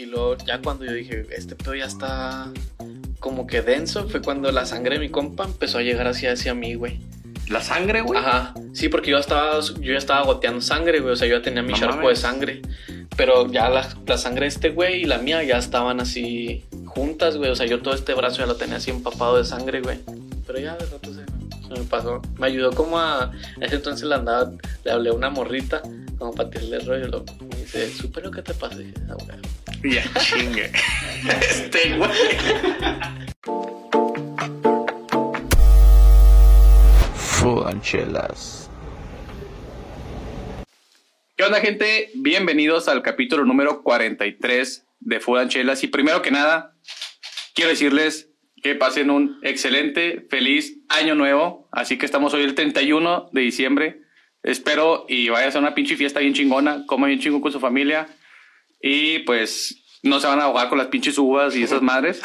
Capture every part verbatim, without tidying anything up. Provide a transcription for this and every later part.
Y luego ya cuando yo dije, este pedo ya está como que denso, fue cuando la sangre de mi compa empezó a llegar hacia, hacia mí, güey. ¿La sangre, güey? Ajá, sí, porque yo estaba, yo ya estaba goteando sangre, güey, o sea, yo ya tenía mi no charco mames. de sangre. Pero ya la, la sangre de este güey y la mía ya estaban así juntas, güey, o sea, yo todo este brazo ya lo tenía así empapado de sangre, güey. Pero ya de rato se, se me pasó. Me ayudó como a, en ese entonces le andaba, le hablé a una morrita, como para tirarle el rollo, lo, me dice, ¿supe lo que te pasó? Y dije, ah, güey. Ya chingue. Este güey. Food and Chelas. ¿Qué onda, gente? Bienvenidos al capítulo número cuarenta y tres de Food and Chelas. Y primero que nada, quiero decirles que pasen un excelente, feliz año nuevo. Así que estamos hoy el treinta y uno de diciembre. Espero y vaya a ser una pinche fiesta bien chingona. Coma bien chingón con su familia. Y pues no se van a ahogar con las pinches uvas y esas madres.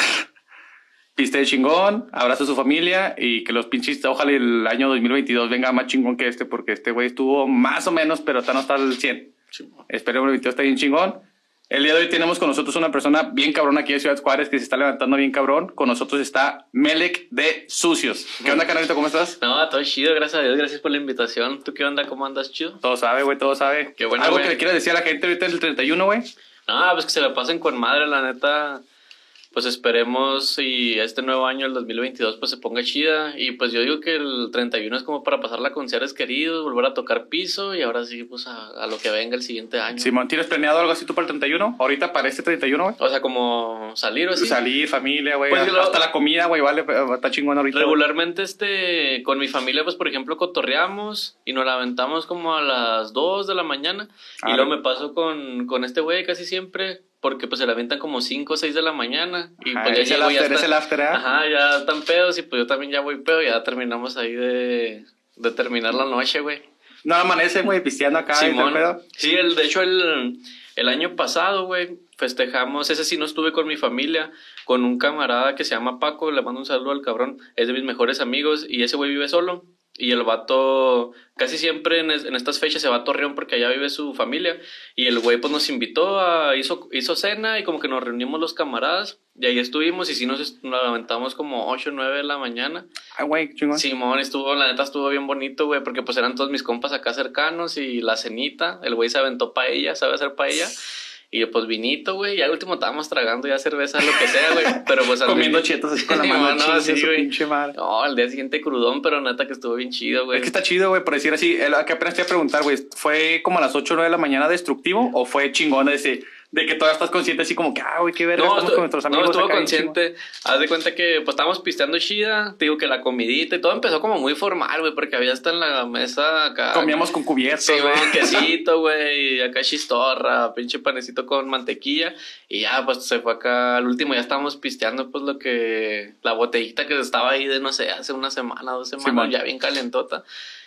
Piste de chingón, abrazo a su familia y que los pinches, ojalá el año dos mil veintidós venga más chingón que este, porque este güey estuvo más o menos, pero está no está al cien. Espero que el veintidós esté bien chingón. El día de hoy tenemos con nosotros una persona bien cabrón aquí de Ciudad Juárez que se está levantando bien cabrón. Con nosotros está Melec de Sucios. ¿Qué onda, canalito? ¿Cómo estás? No, todo chido, gracias a Dios, gracias por la invitación. ¿Tú qué onda? ¿Cómo andas, chido? Todo sabe, güey, todo sabe. Qué bueno, ¿Algo güey. que le quieras decir a la gente ahorita es el treinta y uno, güey? No, pues que se la pasen con madre, la neta. Pues esperemos y este nuevo año, el dos mil veintidós, pues se ponga chida. Y pues yo digo que el treinta y uno es como para pasarla con seres queridos, volver a tocar piso y ahora sí, pues a, a lo que venga el siguiente año. Simón, ¿tienes planeado algo así tú para el treinta y uno? Ahorita para este treinta y uno, güey. O sea, como salir o así. Salir, familia, güey. Pues hasta, lo... hasta la comida, güey, vale, está chingón ahorita. Regularmente, este, con mi familia, pues por ejemplo, cotorreamos y nos la aventamos como a las dos de la mañana. Ah, y luego me paso con, con este güey casi siempre. Porque pues se la avientan como cinco o seis de la mañana. Y ajá, pues ya es el after, es el after, ¿eh? Ajá, ya están pedos y pues yo también ya voy pedo. Y ya terminamos ahí de, de terminar la noche, güey. No amanece, güey, pisteando acá. Simón. Y pedo. Sí, el, de hecho el, el año pasado, güey, festejamos. Ese sí no estuve con mi familia. Con un camarada que se llama Paco. Le mando un saludo al cabrón. Es de mis mejores amigos. Y ese güey vive solo. Y el vato, casi siempre en, es, en estas fechas se va a Torreón porque allá vive su familia. Y el güey pues nos invitó, a, hizo, hizo cena y como que nos reunimos los camaradas. Y ahí estuvimos y sí nos, nos levantamos como ocho o nueve de la mañana. Ah, güey, chingón. Simón estuvo, la neta estuvo bien bonito, güey, porque pues eran todos mis compas acá cercanos y la cenita. El güey se aventó paella, sabe hacer paella. Y pues vinito, güey, y al último estábamos tragando ya cerveza, lo que sea, güey. Pero pues al comiendo día... chetos así con la mano. no, no, sí, güey. Madre. No, al día siguiente crudón, pero neta que estuvo bien chido, güey. Es que está chido, güey, por decir así. El, que apenas te iba a preguntar, güey, ¿fue como a las ocho o nueve de la mañana destructivo o fue chingón ese... de que todavía estás consciente así como que, ah, güey, qué verga, no, estamos estu- con nuestros amigos. No, estuvo acá consciente. Haz de cuenta que pues estábamos pisteando chida, te digo que la comidita y todo empezó como muy formal, güey, porque había hasta en la mesa acá. Comíamos con cubiertos, sí, güey. Un quesito, güey, y acá chistorra, pinche panecito con mantequilla. Y ya, pues se fue acá, al último ya estábamos pisteando, pues lo que, la botellita que estaba ahí de, no sé, hace una semana, dos semanas, sí, ya bien calentota.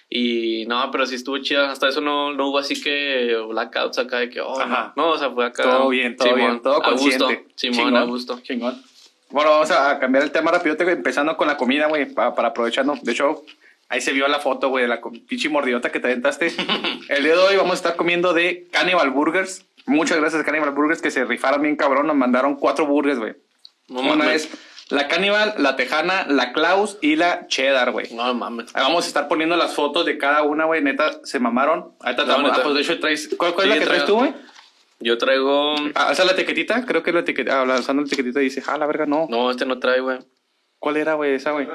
Y no, pero sí estuvo chida. Hasta eso no, no hubo así que blackouts acá de que, oh, no. no, o sea, fue acá. Todo bien, todo Simón, bien, todo consciente. A gusto, Simón, chingón, a gusto. Chingón. Bueno, vamos a cambiar el tema rápido, empezando con la comida, güey, para, para aprovechando. De hecho, ahí se vio la foto, güey, de la pinche mordidota que te aventaste. El día de hoy vamos a estar comiendo de Cannibal Burgers. Muchas gracias, Cannibal Burgers, que se rifaron bien cabrón. Nos mandaron cuatro burgers, güey. No Una mames. es la Cannibal, la Tejana, la Klaus y la Cheddar, güey. No mames. Vamos a estar poniendo las fotos de cada una, güey. Neta, se mamaron. Ahí está. No, ah, pues de hecho traes... ¿Cuál, cuál sí, es la que traes tú, güey? Yo traigo... Ah, ¿esa es la etiquetita? Creo que la etiquetita... Ah, lanzando la etiquetita dice... Ah, la verga, no. No, este no trae, güey. ¿Cuál era, güey? Esa, güey.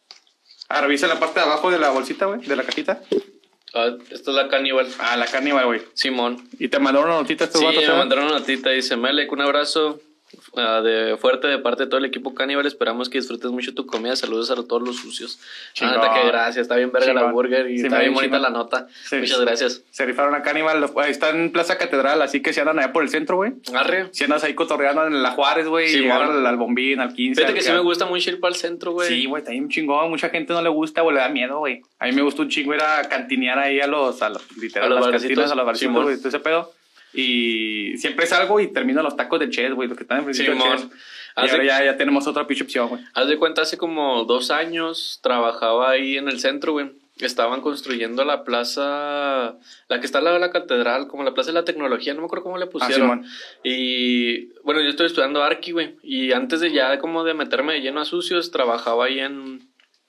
Ah, revisa la parte de abajo de la bolsita, güey. De la cajita. Ah, esta es la Cannibal. Ah, la Cannibal, güey. Simón. ¿Y te mandaron una notita estos sí, vatos? Sí, me mandaron una notita. Dice, Melec, un abrazo... Uh, de fuerte de parte de todo el equipo Cannibal. Esperamos que disfrutes mucho tu comida. Saludos a todos los sucios. Ah, neta, que gracias. Está bien verga chingón. La burger y sí, está bien bonita chingón. La nota. Sí, muchas gracias. Se rifaron a Cannibal. Está en Plaza Catedral, así que si andan allá por el centro, güey. Arre. Si andas ahí cotorreando en la Juárez, güey. Sí, llegar al, al Bombín, al quince. Fíjate que sí me gusta mucho ir para el centro, güey. Sí, güey, está bien chingón. Mucha gente no le gusta o le da miedo, güey. A mí me gusta un chingo ir a cantinear ahí a los, a los literal, a, los a las cantinas, a los barcitos, güey. Todo ese pedo. Y siempre salgo y termino los tacos de Chez, güey, los que están en frente de Chez. Y ahora ya, ya tenemos otra pinche opción, güey. Haz de cuenta, hace como dos años trabajaba ahí en el centro, güey. estaban construyendo la plaza, la que está al lado de la catedral, como la plaza de la tecnología, no me acuerdo cómo le pusieron. Ah, y bueno, yo estoy estudiando arqui, güey, y antes de ya como de meterme de lleno a sucios, trabajaba ahí en...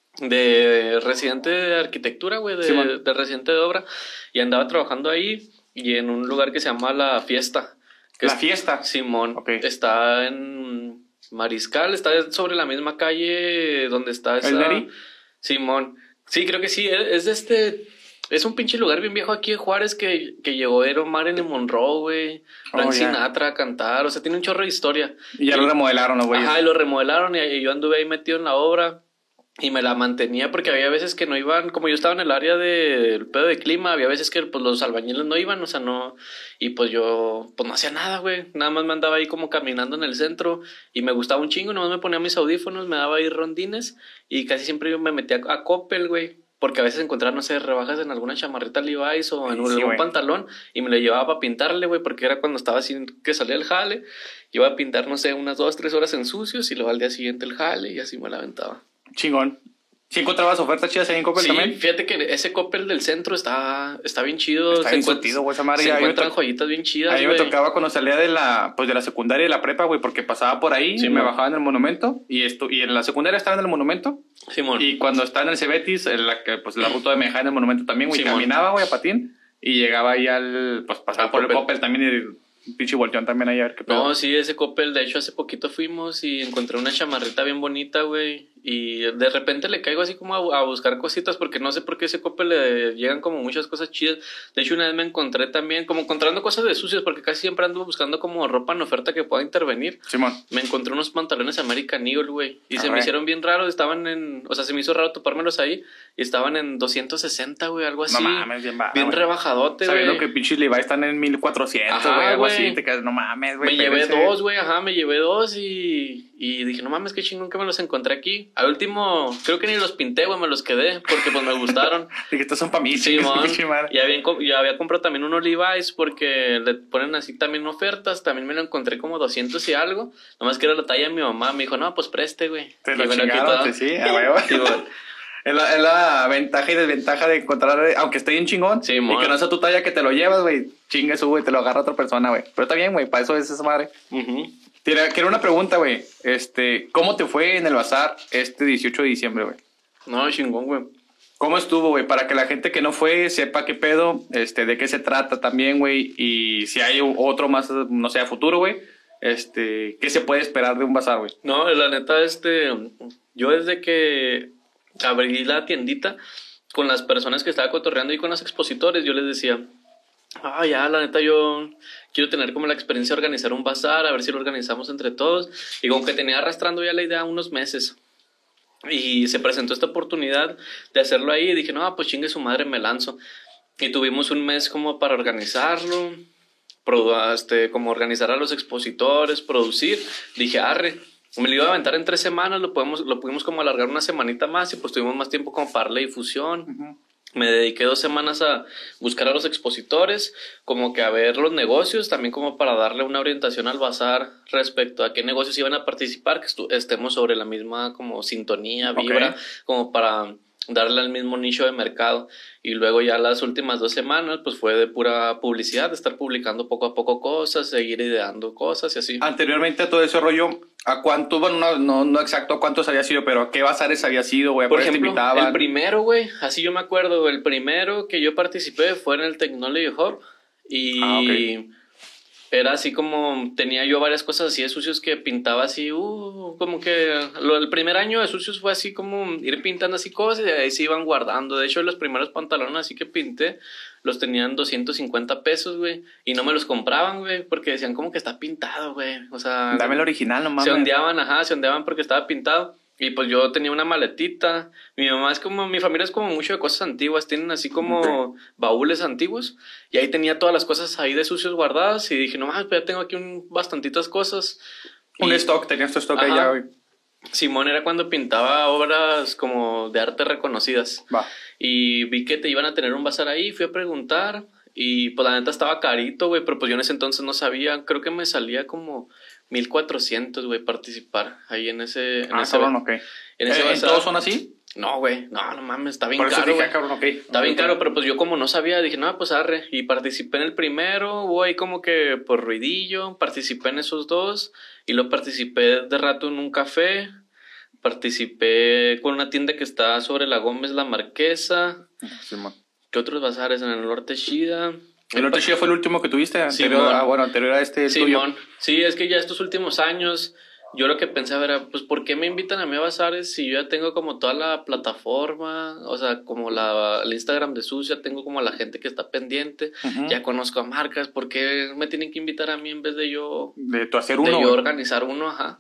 de residente de arquitectura, güey, de, sí, de residente de obra, y andaba trabajando ahí y en un lugar que se llama La Fiesta. Que ¿La es, Fiesta? Simón, okay. Está en Mariscal, está sobre la misma calle donde está esa... ¿El Neri? Simón, sí, creo que sí, es de este... Es un pinche lugar bien viejo aquí en Juárez que, que llegó Ero Marilyn Monroe, güey, Frank oh, Sinatra a cantar, o sea, tiene un chorro de historia. Y ya y, lo remodelaron los güeyes. Ajá, y lo remodelaron y, y yo anduve ahí metido en la obra. Y me la mantenía porque había veces que no iban, como yo estaba en el área del pedo de clima, había veces que pues los albañiles no iban, o sea, no, y pues yo, pues no hacía nada, güey, nada más me andaba ahí como caminando en el centro y me gustaba un chingo, nomás me ponía mis audífonos, me daba ahí rondines y casi siempre yo me metía a Coppel, güey, porque a veces encontraba, no sé, rebajas en alguna chamarrita Levi's o en sí, algún sí, pantalón y me lo llevaba para pintarle, güey, porque era cuando estaba así que salía el jale, iba a pintar, no sé, unas dos, tres horas en sucios y luego al día siguiente el jale y así me la aventaba. Chingón. ¿Sí encontrabas ofertas chidas ahí en Coppel sí, también? Sí, fíjate que ese Coppel del centro está, está bien chido. Está bien surtido, güey, esa madre. Se encuentran joyitas bien chidas, A mí me tocaba cuando salía de la, pues de la secundaria y de la prepa, güey, porque pasaba por ahí, sí, me bajaba en el Monumento y esto, y en la secundaria estaba en el Monumento. Simón. Y cuando estaba en el Cebetis, en la, pues la ruta de me dejaba en el Monumento también, güey, caminaba, güey, a patín y llegaba ahí al, pues pasaba por el Coppel también y... pinche volteón también ahí a ver qué pedo. No, sí, ese Coppel, de hecho hace poquito fuimos y encontré una chamarrita bien bonita, güey, y de repente le caigo así como a, a buscar cositas porque no sé por qué ese Coppel le llegan como muchas cosas chidas. De hecho una vez me encontré también como encontrando cosas de sucios porque casi siempre ando buscando como ropa en oferta que pueda intervenir. Simón. Me encontré unos pantalones American Eagle, güey, y a se ver. me hicieron bien raros, estaban en, o sea, se me hizo raro topármelos ahí y estaban en doscientos sesenta, güey, algo así. No mames, bien baja, bien güey. rebajadote, güey. Sabiendo que pinches Levi's están en mil cuatrocientos, güey, algo así, te quedas, no mames, güey. Me llevé dos, güey, ajá, me llevé dos y, y dije, no mames, qué chingón que me los encontré aquí. Al último, creo que ni los pinté, güey, me los quedé porque pues me gustaron. Dije, estos son para mí, sí, man. Y había, y había comprado también unos Levi's porque le ponen así también ofertas, también me lo encontré como doscientos y algo. Nomás que era la talla de mi mamá, me dijo, no, pues preste, güey. Te lo chingaron, sí, a huevo. Sí, Es la, es la ventaja y desventaja de encontrar, aunque esté bien chingón, sí, y que no sea tu talla que te lo llevas, güey, chingue su, güey, te lo agarra otra persona, güey. Pero está bien, güey, para eso es esa madre. Uh-huh. Quiero una pregunta, güey. Este, ¿cómo te fue en el bazar este dieciocho de diciembre, güey? No, chingón, güey. ¿Cómo estuvo, güey? Para que la gente que no fue sepa qué pedo, este, de qué se trata también, güey, y si hay otro más, no sé, a futuro, güey, este, ¿qué se puede esperar de un bazar, güey? No, la neta, este, yo desde que abrí la tiendita con las personas que estaba cotorreando y con los expositores, yo les decía, ah, ya, la neta, yo quiero tener como la experiencia de organizar un bazar, a ver si lo organizamos entre todos, y como que tenía arrastrando ya la idea unos meses, y se presentó esta oportunidad de hacerlo ahí, y dije, no, pues chingue su madre, me lanzo, y tuvimos un mes como para organizarlo, produ- este, como organizar a los expositores, producir, dije, arre, me lo iba a aventar en tres semanas, lo, podemos, lo pudimos como alargar una semanita más y pues tuvimos más tiempo como para la difusión. Uh-huh. Me dediqué dos semanas a buscar a los expositores, como que a ver los negocios, también como para darle una orientación al bazar respecto a qué negocios iban a participar, que estu- estemos sobre la misma como sintonía, vibra, okay. como para darle al mismo nicho de mercado. Y luego ya las últimas dos semanas pues fue de pura publicidad, de estar publicando poco a poco cosas, seguir ideando cosas y así. Anteriormente a todo ese rollo, ¿a cuánto, bueno, no, no, no exacto a cuántos había sido, pero a qué bazares había sido, güey? Por ejemplo, el primero, güey, así yo me acuerdo, el primero que yo participé fue en el Technology Hub y... Ah, okay. Era así como, tenía yo varias cosas así de sucios que pintaba así, uh, como que lo, el primer año de sucios fue así como ir pintando así cosas y ahí se iban guardando. De hecho, los primeros pantalones así que pinté, los tenían doscientos cincuenta pesos, güey, y no me los compraban, güey, porque decían como que está pintado, güey, o sea... Dame el original, no mames. Se ondeaban, ajá, se ondeaban porque estaba pintado. Y pues yo tenía una maletita. Mi mamá es como, mi familia es como mucho de cosas antiguas. Tienen así como okay. baúles antiguos. Y ahí tenía todas las cosas ahí de sucios guardadas. Y dije, no, pues ya tengo aquí un, bastantitas cosas. Un y, stock, tenías tu stock ahí ya, güey. Simón era cuando pintaba obras como de arte reconocidas. Va. Y vi que te iban a tener un bazar ahí. Fui a preguntar. Y pues la neta estaba carito, güey. Pero pues yo en ese entonces no sabía. Creo que me salía como... mil cuatrocientos, güey, participar ahí en ese... En ah, ese cabrón, ok. En ese ¿Eh, bazar. ¿Todos son así? No, güey, no, no mames, está bien Por eso caro, dije, güey. ah, cabrón, ok. Está bien caro, pero pues yo como no sabía, dije, no, pues arre. Y participé en el primero, hubo ahí como que por ruidillo, participé en esos dos. Y luego participé de rato en un café. Participé con una tienda que está sobre la Gómez La Marquesa. Sí, man. ¿Qué otros bazares? En el Norte Shida. ¿El Norte Chía fue el último que tuviste? Anterior, Simón. ah, bueno, anterior a este el Simón. tuyo. Sí, es que ya estos últimos años, yo lo que pensaba era, pues, ¿por qué me invitan a mí a bazares si yo ya tengo como toda la plataforma? O sea, como la, el Instagram de Sucia, tengo como a la gente que está pendiente, Uh-huh. ya conozco a marcas, ¿por qué me tienen que invitar a mí en vez de yo, De tu hacer de uno, yo güey. organizar uno? Ajá.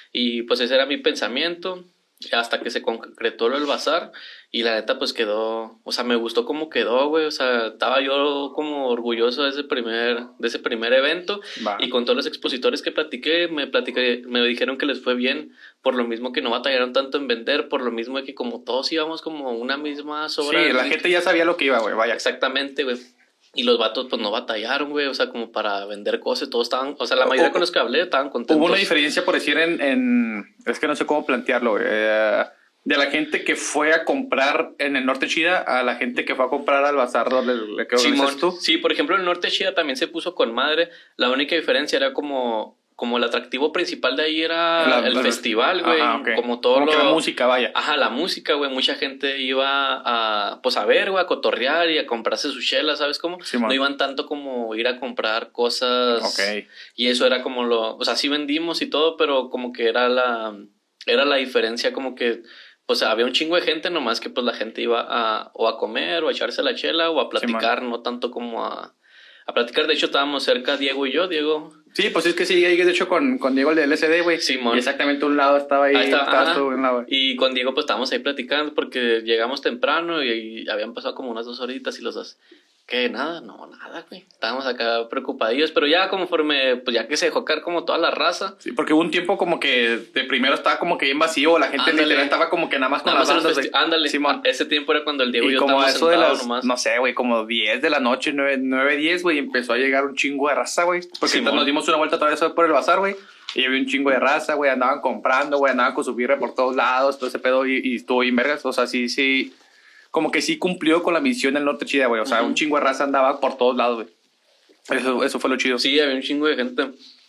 Y pues ese era mi pensamiento, hasta que se concretó lo del bazar. Y la neta, pues quedó, o sea, me gustó cómo quedó, güey. O sea, estaba yo como orgulloso de ese primer, de ese primer evento. Va. Y con todos los expositores que platiqué, me platiqué, me dijeron que les fue bien, por lo mismo que no batallaron tanto en vender, por lo mismo que como todos íbamos como una misma sobra. Sí, la gente ya sabía lo que iba, güey, vaya. Exactamente, güey. Y los vatos, pues, no batallaron, güey, o sea, como para vender cosas, todos estaban, o sea, la mayoría Hubo- con los que hablé estaban contentos. Hubo una diferencia, por decir, en, en... Es que no sé cómo plantearlo, güey. Eh, de la gente que fue a comprar en el Norte Chida a la gente que fue a comprar al bazar donde le creo que Simón, dices tú. sí, por ejemplo, el Norte Chida también se puso con madre. La única diferencia era como, como el atractivo principal de ahí era La- el la- festival, güey. Ajá, ok. Como todo Como lo... que la música, vaya. Ajá, la música, güey. Mucha gente iba a, pues, a ver, güey, a cotorrear y a comprarse su chela, ¿sabes cómo? Simón. No iban tanto como ir a comprar cosas. Ok. Y eso era como lo... O sea, sí vendimos y todo, pero como que era la... Era la diferencia como que... O sea, había un chingo de gente, nomás que pues la gente iba a, o a comer, o a echarse la chela, o a platicar, no tanto como a, a platicar. De hecho, estábamos cerca, Diego y yo, Diego. Sí, pues es que sí, ahí de hecho con, con Diego el de L S D, güey. Simón. Y exactamente un lado estaba ahí, Ahí está, estabas ajá. tú en un lado. Y con Diego pues estábamos ahí platicando porque llegamos temprano y, y habían pasado como unas dos horitas y los dos, ¿qué? Nada, no, nada, güey. Estábamos acá preocupadillos, pero ya conforme, pues ya que se dejó caer como toda la raza. Sí, porque hubo un tiempo como que de primero estaba como que bien vacío, la gente Ándale. literal estaba como que nada más con Nada más en las los bandas. festi- Ándale, Simón. ese tiempo era cuando el Diego y, Y yo como a estábamos eso de sentados las, nomás. no sé, güey, como diez de la noche, nueve, diez, güey, empezó a llegar un chingo de raza, güey. Porque Simón. entonces nos dimos una vuelta otra vez por el bazar, güey. Y había un chingo de raza, güey, andaban comprando, güey, andaban con su birra por todos lados, todo ese pedo, y, y estuvo bien vergas. O sea, sí, sí, como que sí cumplió con la misión del Norte Chida, güey. O sea, Ujú. un chingo de raza andaba por todos lados, güey. Eso, eso fue lo chido. Sí, había un chingo de gente.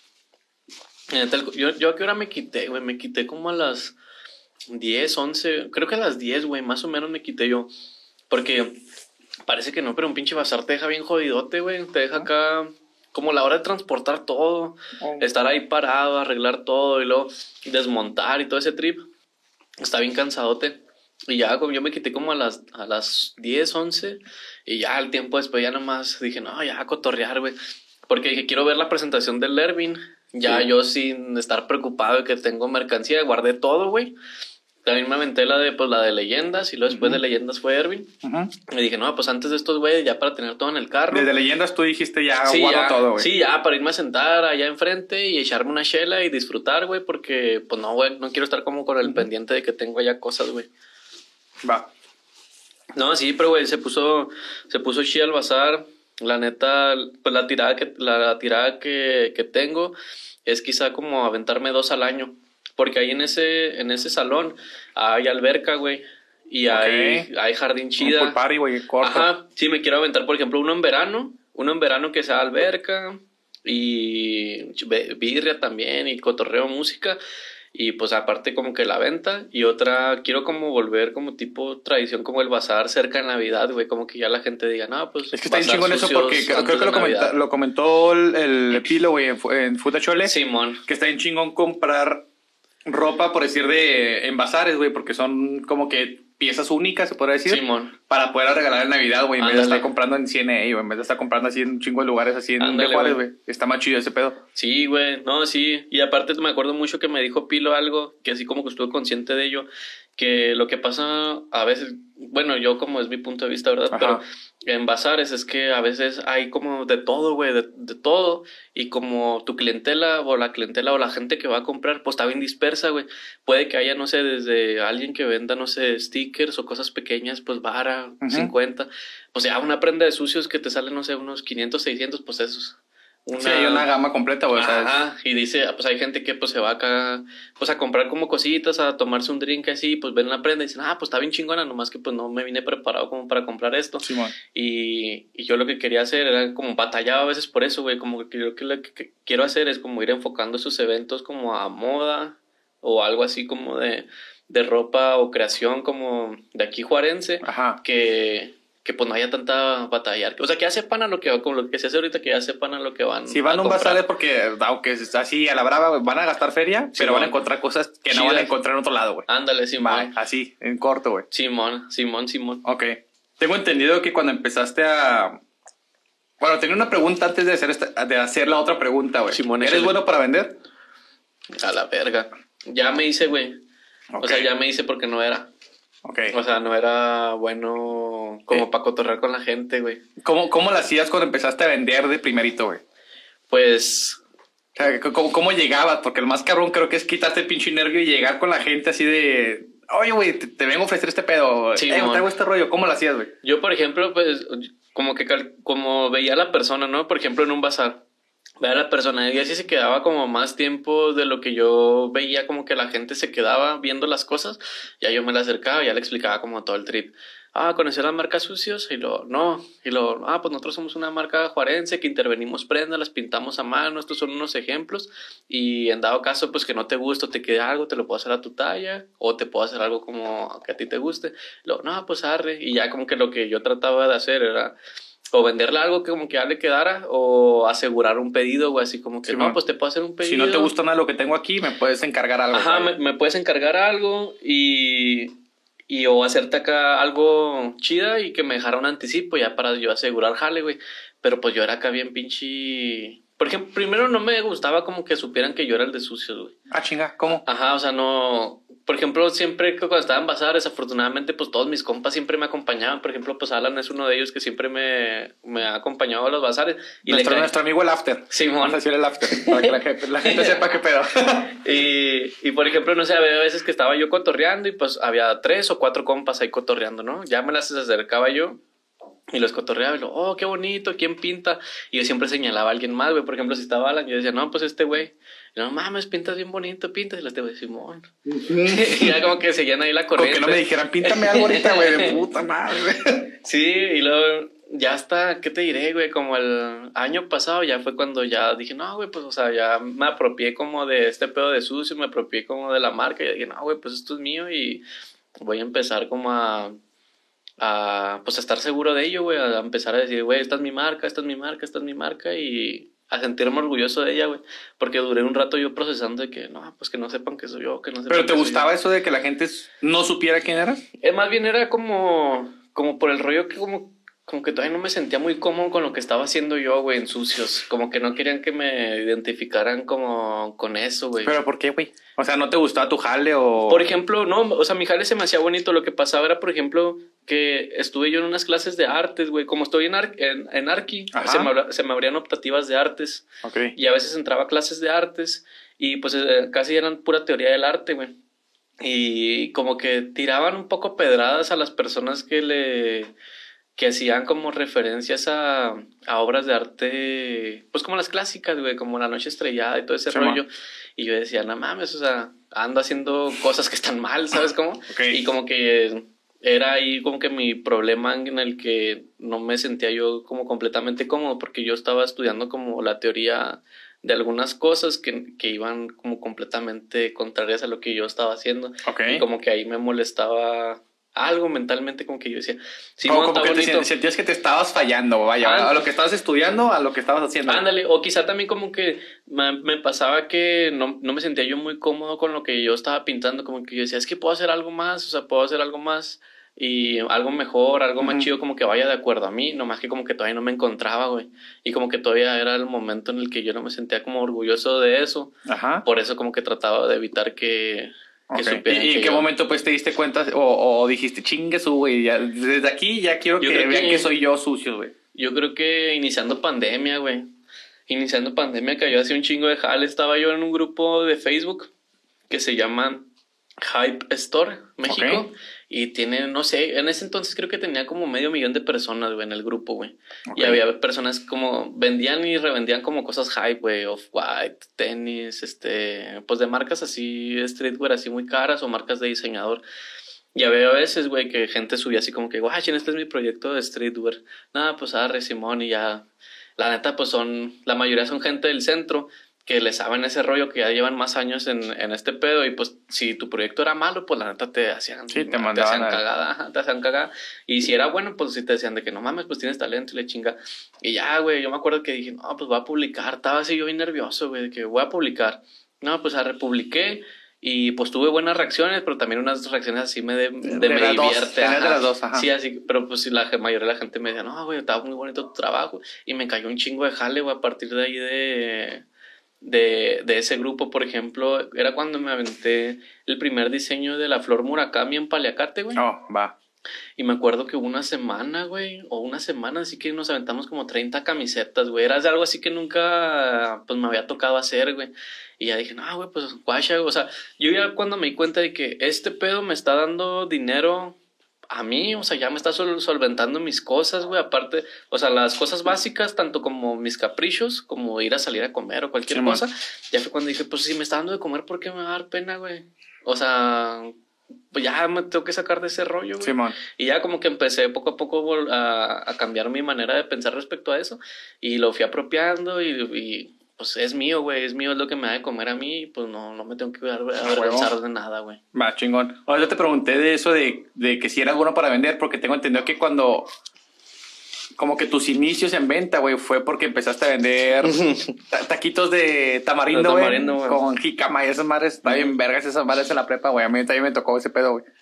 Neta, el- Yo, yo a qué hora me quité, güey. Me quité como a las diez, once. Creo que a las diez, güey. Más o menos me quité yo. Porque parece que no, pero un pinche bazar te deja bien jodidote, güey. Te deja acá como la hora de transportar todo. Oh. Estar ahí parado, arreglar todo y luego desmontar y todo ese trip. Está bien cansadote. Y ya como yo me quité como a las, a las diez, once. Y ya al tiempo después ya nomás dije, no, ya a cotorrear, güey. Porque dije, quiero ver la presentación del Ervin. Ya Sí. yo sin estar preocupado de que tengo mercancía, guardé todo, güey. También me aventé la de, pues, la de leyendas. Y luego después Ujú. de leyendas fue Ervin. Ujú. Y dije, no, pues antes de estos güeyes, ya para tener todo en el carro. Desde leyendas tú dijiste ya, Sí, guardo ya, todo, güey. sí, ya, para irme a sentar allá enfrente y echarme una chela y disfrutar, güey, porque, pues no, güey, no quiero estar como con el Ujú. pendiente de que tengo allá cosas, güey. Va. No, sí, pero, güey, se puso, se puso chida el bazar. La neta, pues la tirada que, la tirada que, que tengo es quizá como aventarme dos al año. Porque ahí en ese, en ese salón hay alberca, güey, y Ok. hay, hay jardín Un chida. pool party, güey, corto. Ajá, sí, me quiero aventar, por ejemplo, uno en verano, uno en verano que sea alberca y be- birria también y cotorreo música y pues aparte como que la venta y otra, quiero como volver como tipo tradición como el bazar cerca de Navidad, güey, como que ya la gente diga, no, pues Es que está bien bazar chingón eso sucios porque creo, antes creo que de lo, comenta- Navidad. lo comentó el, el Pilo, güey, en, Fu- en Futachole. Simón, Que está bien chingón comprar ropa, por decir, de en bazares, güey, porque son como que piezas únicas, se podría decir, Simón. para poder regalar en Navidad, güey, en vez de Ándale. estar comprando en C N A, güey, en vez de estar comprando así en un chingo de lugares, así en Ándale, de Juárez, güey. güey. Está más chido ese pedo. Sí, güey, no, sí, y aparte me acuerdo mucho que me dijo Pilo algo, que así como que estuve consciente de ello, que lo que pasa a veces, bueno, yo como es mi punto de vista, ¿verdad? Ajá. Pero en bazares es que a veces hay como de todo, güey, de, de todo, y como tu clientela o la clientela o la gente que va a comprar, pues está bien dispersa, güey. Puede que haya, no sé, desde alguien que venda, no sé, stickers o cosas pequeñas, pues vara, Ujú. cincuenta, o sea, una prenda de sucios que te sale, no sé, unos quinientos, seiscientos, pues esos. una... Sí, hay una gama completa, güey. O sea, Ajá, y dice, ah, pues hay gente que pues se va acá, pues a comprar como cositas, a tomarse un drink así, pues ven la prenda y dicen, ah, pues está bien chingona, nomás que pues no me vine preparado como para comprar esto. sí, man. Y, y yo lo que quería hacer era como batallaba a veces por eso, güey, como que yo que lo que, que quiero hacer es como ir enfocando esos eventos como a moda o algo así como de, de ropa o creación como de aquí juarense, Ajá. que... que pues no haya tanta batallar. O sea, que ya sepan a lo que va, con lo que se hace ahorita, que ya sepan a lo que van Si van a un comprar. bazar es porque, aunque es así a la brava, güey, van a gastar feria, Sí, pero van a man. encontrar cosas que no Chidas. van a encontrar en otro lado, güey. Ándale, Va, Simón. así, en corto, güey. Simón, Simón, Simón. Ok. Tengo entendido que cuando empezaste a... Bueno, tenía una pregunta antes de hacer, esta, de hacer la otra pregunta, güey. Simón, ¿Eres échale. bueno para vender? A la verga. Ya me hice, güey. Ok. O sea, ya me hice porque no era. Ok. O sea, no era bueno como Eh. para cotorrear con la gente, güey. ¿Cómo, ¿Cómo lo hacías cuando empezaste a vender de primerito, güey? Pues, O sea, ¿cómo, ¿cómo llegabas? Porque el más cabrón creo que es quitarte el pinche nervio y llegar con la gente así de... Oye, güey, te, te vengo a ofrecer este pedo. Sí, eh, mon. traigo este rollo. ¿Cómo lo hacías, güey? yo, por ejemplo, pues, como que cal- como veía a la persona, ¿no? Por ejemplo, en un bazar. Veía a la persona y así se quedaba como más tiempo de lo que yo veía como que la gente se quedaba viendo las cosas. Ya yo me la acercaba y ya le explicaba como todo el trip. Ah, ¿conocer las marcas sucios? Y lo no. Y lo ah, pues nosotros somos una marca juarense que intervenimos prendas, las pintamos a mano. Estos son unos ejemplos. Y en dado caso, pues que no te guste o te quede algo, te lo puedo hacer a tu talla. O te puedo hacer algo como que a ti te guste. Y lo no, pues arre. Y ya como que lo que yo trataba de hacer era... o venderle algo que como que ya le quedara, o asegurar un pedido, güey, así como que, Sí, no, man. pues te puedo hacer un pedido. Si no te gusta nada de lo que tengo aquí, me puedes encargar algo. Ajá, güey. me, me puedes encargar algo y, y o hacerte acá algo chida y que me dejara un anticipo ya para yo asegurar jale, güey. Pero pues yo era acá bien pinche... Por ejemplo, primero no me gustaba como que supieran que yo era el de sucios, güey. Ah, chinga, ¿cómo? Ajá, o sea, no... Por ejemplo, siempre que cuando estaba en bazar, desafortunadamente, pues todos mis compas siempre me acompañaban. Por ejemplo, pues Alan es uno de ellos que siempre me, me ha acompañado a los bazares. Y nuestro, le cae- nuestro amigo el After. Simón. Vamos a decir el After, para que la, gente- la gente sepa qué pedo. Y, y por ejemplo, no sé, había veces que estaba yo cotorreando y pues había tres o cuatro compas ahí cotorreando, ¿no? Ya me las acercaba yo y los cotorreaba y lo, oh, qué bonito, ¿quién pinta? Y yo siempre señalaba a alguien más, güey. Por ejemplo, si estaba Alan, yo decía, no, pues este güey. Y no mames, pintas bien bonito, pintas. Y los te Simón. Y ya como que seguían ahí la Con corriente. que no me dijeran, píntame algo ahorita, güey, de puta madre, güey. Sí, y luego ya hasta, ¿qué te diré, güey? Como el año pasado ya fue cuando ya dije, no, güey, pues, o sea, ya me apropié como de este pedo de sucio, me apropié como de la marca y dije, no, güey, pues esto es mío y voy a empezar como a, a pues, a estar seguro de ello, güey, a empezar a decir, güey, esta es mi marca, esta es mi marca, esta es mi marca y a sentirme orgulloso de ella, güey, porque duré un rato yo procesando de que, no, pues que no sepan que soy yo, que no sepan ¿Pero te que soy gustaba yo. eso de que la gente no supiera quién eras? Eh, más bien era como, como por el rollo que como, como que todavía no me sentía muy cómodo con lo que estaba haciendo yo, güey, en sucios. Como que no querían que me identificaran como con eso, güey. ¿Pero por qué, güey? O sea, ¿no te gustaba tu jale o...? Por ejemplo, no, o sea, mi jale se me hacía bonito. Lo que pasaba era, por ejemplo, que estuve yo en unas clases de artes, güey. Como estoy en, Ar en, en Arqui, Ajá. se me, abra- se me abrían optativas de artes. Ok. Y a veces entraba a clases de artes y pues eh, casi eran pura teoría del arte, güey. Y como que tiraban un poco pedradas a las personas que le... que hacían como referencias a, a obras de arte, pues como las clásicas, güey, como La Noche Estrellada y todo ese Sí, rollo. Y yo decía, no mames, o sea, ando haciendo cosas que están mal, ¿sabes cómo? Ok. Y como que era ahí como que mi problema en el que no me sentía yo como completamente cómodo, porque yo estaba estudiando como la teoría de algunas cosas que, que iban como completamente contrarias a lo que yo estaba haciendo. Ok. Y como que ahí me molestaba algo mentalmente, como que yo decía, sí, como, no, como está que te bonito. sen- sentías que te estabas fallando, vaya, Ah, a lo que estabas estudiando, a lo que estabas haciendo. Ándale, o quizá también como que me, me pasaba que no, no me sentía yo muy cómodo con lo que yo estaba pintando, como que yo decía, es que puedo hacer algo más, o sea, puedo hacer algo más y algo mejor, algo más Ujú. chido, como que vaya de acuerdo a mí, nomás que como que todavía no me encontraba, güey, y como que todavía era el momento en el que yo no me sentía como orgulloso de eso, Ajá. por eso como que trataba de evitar que, que Ok. supieran ¿Y, y que en qué yo- momento pues te diste cuenta o, o dijiste, chingue su, güey, ya, desde aquí ya quiero Yo que creo vean que- que soy yo sucio, güey? Yo creo que iniciando pandemia, güey. Iniciando pandemia cayó así un chingo de jale. Estaba yo en un grupo de Facebook que se llama Hype Store, México. Ok. Y tiene, no sé, en ese entonces creo que tenía como medio millón de personas, güey, en el grupo, güey. Ok. Y había personas como, vendían y revendían como cosas hype, güey, Off-White, tenis, este, pues de marcas así, streetwear así muy caras o marcas de diseñador. Y había veces, güey, que gente subía así como que, guay, este es mi proyecto de streetwear. Nada, pues arre, Simón, y ya. La neta, pues son, la mayoría son gente del centro que le saben ese rollo, que ya llevan más años en, en este pedo. Y pues, si tu proyecto era malo, pues la neta te hacían, Sí, te te mandaban hacían a- cagada, ajá, te hacían cagada. Y si era bueno, pues sí te decían de que no mames, pues tienes talento y le chinga. Y ya, güey, yo me acuerdo que dije, no, pues voy a publicar. Estaba así yo bien nervioso, güey, de que voy a publicar. No, pues a republiqué. Y pues tuve buenas reacciones, pero también unas reacciones así me de, de, De me las dos, divierte. tenías de ajá. las dos, ajá. Sí, así, pero pues sí, la ge- mayoría de la gente me decía, no, güey, estaba muy bonito tu trabajo. Y me cayó un chingo de jale, güey, a partir de ahí de, de, de ese grupo, por ejemplo. Era cuando me aventé el primer diseño de la flor Murakami en Paliacate, güey. Oh, va. Y me acuerdo que hubo una semana, güey, o una semana, así que nos aventamos como treinta camisetas, güey. Era algo así que nunca, pues, me había tocado hacer, güey. Y ya dije, no, güey, pues, guacha, o sea, yo ya cuando me di cuenta de que este pedo me está dando dinero a mí, o sea, ya me está sol- solventando mis cosas, güey, aparte, o sea, las cosas básicas, tanto como mis caprichos, como ir a salir a comer o cualquier Sí, man. cosa, ya fue cuando dije, pues, si me está dando de comer, ¿por qué me va a dar pena, güey? O sea, pues ya me tengo que sacar de ese rollo, güey. Simón. Y ya como que empecé poco a poco vol- a, a cambiar mi manera de pensar respecto a eso. Y lo fui apropiando y, y, pues es mío, güey. Es mío, es lo que me da de comer a mí. Y pues no, no me tengo que aver- avergonzar de nada, güey. Va, chingón. Ahora yo te pregunté de eso de, de que si eras bueno para vender, porque tengo entendido que cuando, como que tus inicios en venta, güey, fue porque empezaste a vender ta- taquitos de tamarindo, De güey, tamarindo, güey. con jícama y esas madres. Está bien vergas esas madres en la prepa, güey. A mí también me tocó ese pedo, güey.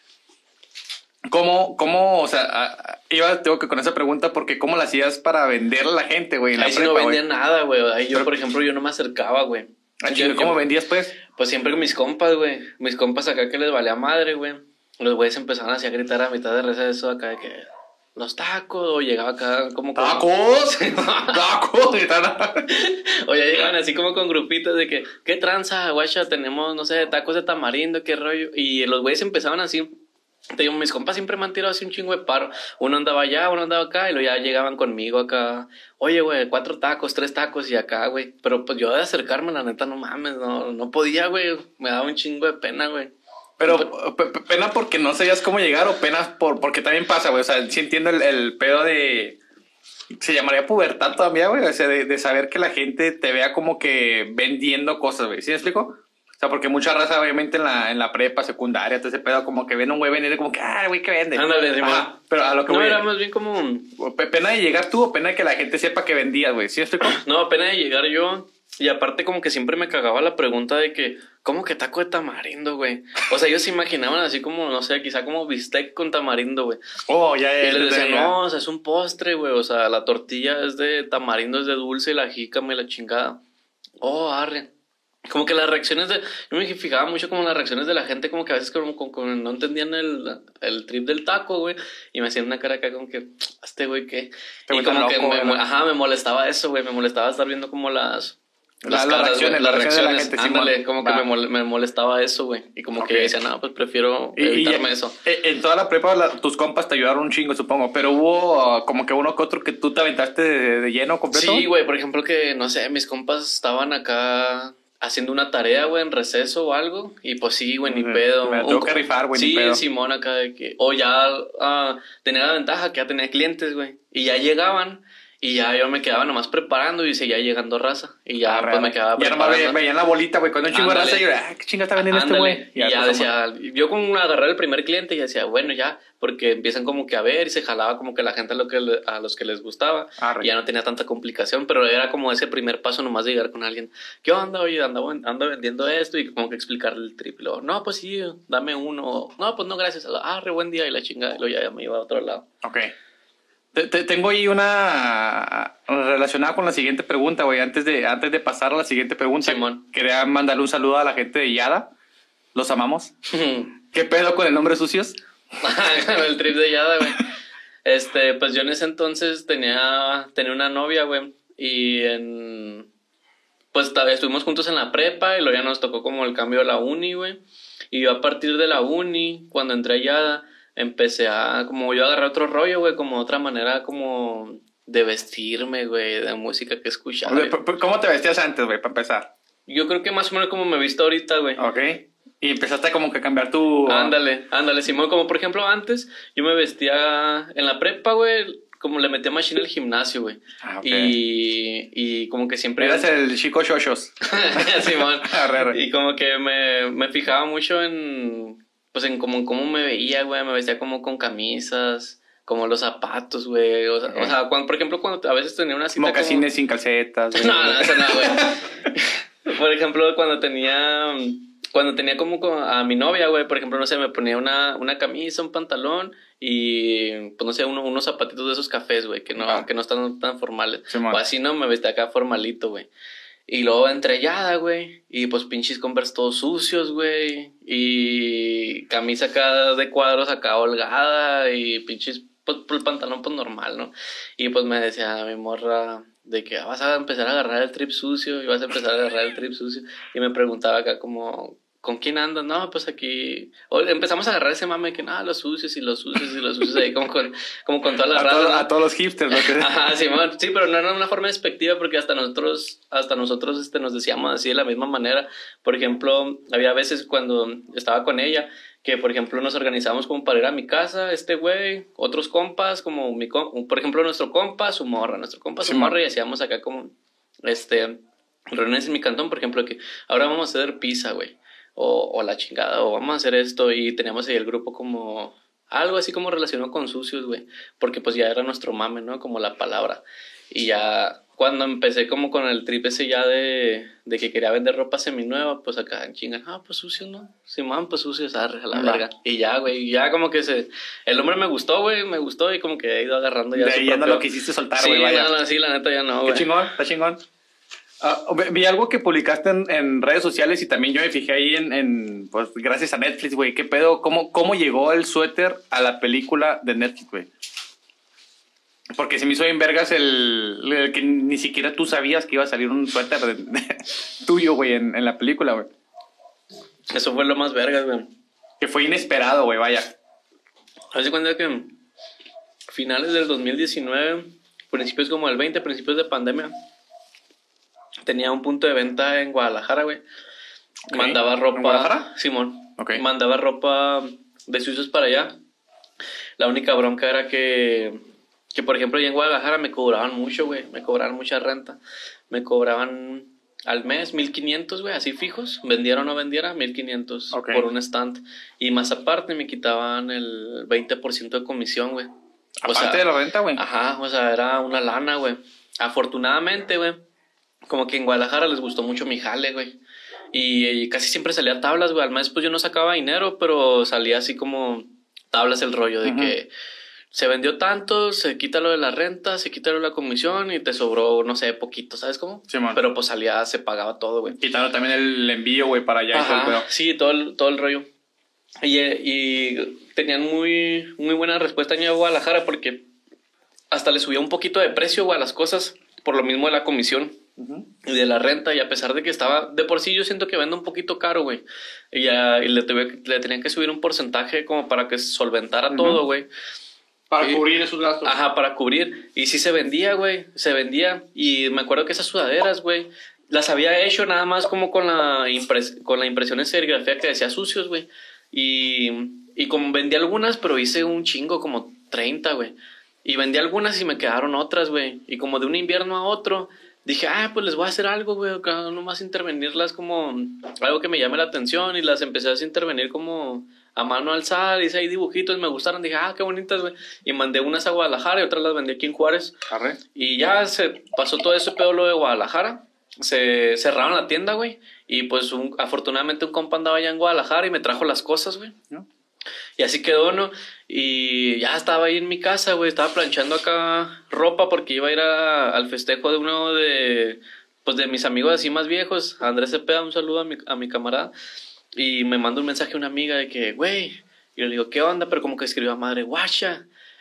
¿Cómo, cómo, o sea, a- a- iba, tengo que con esa pregunta, porque cómo la hacías para venderle a la gente, güey, en la Ahí sí prepa, no güey? vendía nada, güey. Ahí yo, Pero- por ejemplo, yo no me acercaba, güey. Ah, Yo- chinga, yo- ¿cómo vendías, pues? Pues siempre con mis compas, güey. Mis compas acá que les valía madre, güey. Los güeyes empezaban así a gritar a mitad de receso acá de que los tacos, o llegaba acá como con... ¡Tacos! ¡Tacos! Y tal. O ya llegaban así como con grupitos de que, ¿qué tranza, guacha? Tenemos, no sé, tacos de tamarindo, qué rollo. Y los güeyes empezaban así. Te digo, mis compas siempre me han tirado así un chingo de paro. Uno andaba allá, uno andaba acá, y luego ya llegaban conmigo acá. Oye, güey, cuatro tacos, tres tacos y acá, güey. Pero pues yo de acercarme, la neta, no mames, no, no podía, güey. Me daba un chingo de pena, güey. Pero pe- pe- pena porque no sabías cómo llegar o pena por, porque también pasa, güey. O sea, sí entiendo el, el pedo de... Se llamaría pubertad todavía, güey. O sea, de, de saber que la gente te vea como que vendiendo cosas, güey. ¿Sí me explico? O sea, porque mucha raza, obviamente, en la, en la prepa, secundaria, todo ese pedo, como que ven a un güey vendiendo como que, ah, güey, ¿qué vende? Ándale, Simón. Ajá, pero a lo que No, voy... era más bien como... un- o pe- ¿Pena de llegar tú o pena de que la gente sepa que vendías, güey? ¿Sí me explico? No, pena de llegar yo. Y aparte como que siempre me cagaba la pregunta de que, ¿cómo que taco de tamarindo, güey? O sea, ellos se imaginaban así como, no sé, quizá como bistec con tamarindo, güey. Oh, ya, ya. Y les ya, decía, ya. no, o sea, es un postre, güey. O sea, la tortilla es de tamarindo, es de dulce, la jícama y la chingada. Oh, arre. Como que las reacciones de... Yo me fijaba mucho como las reacciones de la gente, como que a veces como, como- como no entendían el, el trip del taco, güey. Y me hacían una cara acá como que, este güey, ¿qué? Te Y vuelven como que loco, me, ¿verdad? mo- ajá, me molestaba eso, güey. Me molestaba estar viendo como las... Las- las reacciones, güey, las reacciones de la gente, ándale, Simón. como que Va. me, mole- me molestaba eso, güey. Y como Ok. que yo decía, no, pues prefiero Y- y evitarme ya- eso. eh, En toda la prepa, la- tus compas te ayudaron un chingo, supongo. Pero hubo uh, como que uno que otro que tú te aventaste de, de lleno completo. Sí, güey, por ejemplo que, no sé, mis compas estaban acá haciendo una tarea, güey, en receso o algo, y pues sí, güey, ni Ujú. pedo. Me la Un tengo co- que rifar, güey, ni Sí, pedo. Simón acá de que, o ya ah, tenía la ventaja que ya tenía clientes, güey, y ya llegaban, y ya yo me quedaba nomás preparando y seguía llegando raza, y ya Arre, pues me arre. quedaba Ya nomás ve- preparando. veían la bolita, güey, con un chingo de Ándale. raza y yo, ah, qué chinga está vendiendo este Ándale, güey. y ya pues, decía, yo como agarrar el primer cliente y decía, bueno, ya, porque empiezan como que a ver y se jalaba como que la gente a, lo que le- a los que les gustaba, Arre. y ya no tenía tanta complicación, pero era como ese primer paso nomás de llegar con alguien, ¿qué onda? Oye, ando, ando vendiendo esto, y como que explicarle el triple, o, no, pues sí, dame uno, no, pues no, gracias, ah, re buen día, y la chingada, y luego ya me iba a otro lado. Ok. Te- te- tengo ahí una relacionada con la siguiente pregunta, güey. Antes de, antes de pasar a la siguiente pregunta, Simón. quería mandarle un saludo a la gente de Yada. Los amamos. ¿Qué pedo con el nombre sucios? El trip de Yada, güey. Este, pues yo en ese entonces tenía, tenía una novia, güey, y en... Pues ta- estuvimos juntos en la prepa y luego ya nos tocó como el cambio a la uni, güey. Y yo a partir de la uni, cuando entré allá, empecé a, como yo agarré otro rollo, güey, como otra manera como de vestirme, güey, de música que escuchaba. Oye, ¿cómo te vestías antes, güey, para empezar? Yo creo que más o menos como me he visto ahorita, güey. Ok. Y empezaste como que a cambiar tu... Ándale, ándale, Simón, como por ejemplo antes, yo me vestía en la prepa, güey, como le metía machine al gimnasio, güey. Ah, ok. Y, y como que siempre... Eras el chico xoxos. Simón. Arre. Y como que me, me fijaba mucho en, pues en cómo, cómo me veía, güey, me vestía como con camisas, como los zapatos, güey, o sea, Okay. o sea cuando, por ejemplo, cuando a veces tenía una cita Mocasines como... sin calcetas. Güey. No, no, eso no, güey. Por ejemplo, cuando tenía... Cuando tenía como a mi novia, güey, por ejemplo, no sé, me ponía una, una camisa, un pantalón y, pues no sé, uno, unos zapatitos de esos cafés, güey, que no, Ah. que no están tan formales. Sí, o así, ¿no? Me vestía acá formalito, güey. Y luego entrellada, güey, y pues pinches Converse todos sucios, güey, y camisa acá de cuadros acá holgada y pinches, pues el pantalón pues normal, ¿no? Y pues me decía mi morra de que vas a empezar a agarrar el trip sucio y vas a empezar a agarrar el trip sucio. Y me preguntaba acá como, ¿con quién andas? No, pues aquí... O empezamos a agarrar ese mame de que, nada, los sucios y los sucios y los sucios ahí como con, como con toda la A, raza, todo- ¿no? a todos los hipsters, ¿no? Que- Ajá, Simón. Sí, pero no era una forma despectiva porque hasta nosotros, hasta nosotros este, nos decíamos así de la misma manera. Por ejemplo, había veces cuando estaba con ella que, por ejemplo, nos organizábamos como para ir a mi casa, este güey, otros compas, como mi com- por ejemplo, nuestro compa, su morra, nuestro compa, su Sí, morra, man. y hacíamos acá como, este, reuniones en mi cantón, por ejemplo, que ahora vamos a hacer pizza, güey, o, o la chingada, o vamos a hacer esto, y teníamos ahí el grupo como, algo así como relacionado con sucios, güey, porque pues ya era nuestro mame, ¿no? Como la palabra, y ya... Cuando empecé como con el trip ese ya de, de que quería vender ropa seminueva, pues acá en chinga, ah, pues sucio, ¿no? Simón, pues sucio, arre, a la Va. verga. Y ya, güey, y ya como que se... El hombre me gustó, güey, me gustó y como que he ido agarrando ya De su ahí ya no propio- lo quisiste soltar, Sí, güey, vaya. no, no, sí, la neta ya no, Qué güey. chingón, está chingón. Ah, vi- vi algo que publicaste en, en redes sociales y también yo me fijé ahí en, en pues gracias a Netflix, güey. ¿Qué pedo? ¿Cómo, ¿Cómo llegó el suéter a la película de Netflix, güey? Porque se me hizo bien vergas el, el que ni siquiera tú sabías que iba a salir un suéter de- de- tuyo, güey, en, en la película, güey. Eso fue lo más vergas, güey. Que fue inesperado, güey, vaya. Haz de cuenta que finales del dos mil diecinueve, principios como el veinte, principios de pandemia, tenía un punto de venta en Guadalajara, güey. Ok. Mandaba ropa... ¿En Guadalajara? Simón. Ok. Mandaba ropa de suizos para allá. La única bronca era que, que, por ejemplo, allá en Guadalajara me cobraban mucho, güey. Me cobraban mucha renta. Me cobraban al mes mil quinientos, güey, así fijos. Vendiera o no vendiera, mil quinientos Ok. por un stand. Y más aparte me quitaban el veinte por ciento de comisión, güey. O Aparte sea, de la renta, güey. Ajá, o sea, era una lana, güey. Afortunadamente, güey, como que en Guadalajara les gustó mucho mi jale, güey. Y, y casi siempre salía tablas, güey. Al mes, pues yo no sacaba dinero, pero salía así como tablas el rollo de Ujú. que se vendió tanto, se quita lo de la renta, se quita lo de la comisión y te sobró, no sé, poquito, ¿sabes cómo? Sí, man. Pero pues salía, se pagaba todo, güey. Quitando también el envío, güey, para allá y todo el Ajá, pedo. sí, todo el, todo el rollo. Y, eh, y tenían muy, muy buena respuesta en Guadalajara porque hasta le subía un poquito de precio, güey, a las cosas por lo mismo de la comisión Ujú. y de la renta. Y a pesar de que estaba, de por sí yo siento que vende un poquito caro, güey. Y, ya, y le, tuve, le tenían que subir un porcentaje como para que solventara Ujú. todo, güey. Para Sí. cubrir esos gastos. Ajá, para cubrir. Y sí se vendía, güey. Se vendía. Y me acuerdo que esas sudaderas, güey, las había hecho nada más como con la, impres con la impresión en serigrafía que decía sucios, güey. Y, y como vendí algunas, pero hice un chingo, como treinta, güey. Y vendí algunas y me quedaron otras, güey. Y como de un invierno a otro, dije, ah, pues les voy a hacer algo, güey. Acá nomás intervenirlas como algo que me llame la atención. Y las empecé a intervenir como a mano alzada. Hice ahí dibujitos, me gustaron. Dije, ah, qué bonitas, güey. Y mandé unas a Guadalajara y otras las vendí aquí en Juárez. Arre. Y ya se pasó todo ese pedo lo de Guadalajara. Se cerraron la tienda, güey. Y pues un, afortunadamente un compa andaba allá en Guadalajara y me trajo las cosas, güey. ¿No? Y así quedó, ¿no? Y ya estaba ahí en mi casa, güey. Estaba planchando acá ropa porque iba a ir a, al festejo de uno de, pues de mis amigos así más viejos. Andrés Cepeda, un saludo a mi, a mi camarada. Y me manda un mensaje a una amiga de que, güey. Y yo le digo, ¿qué onda? Pero como que escribió a madre, guacha.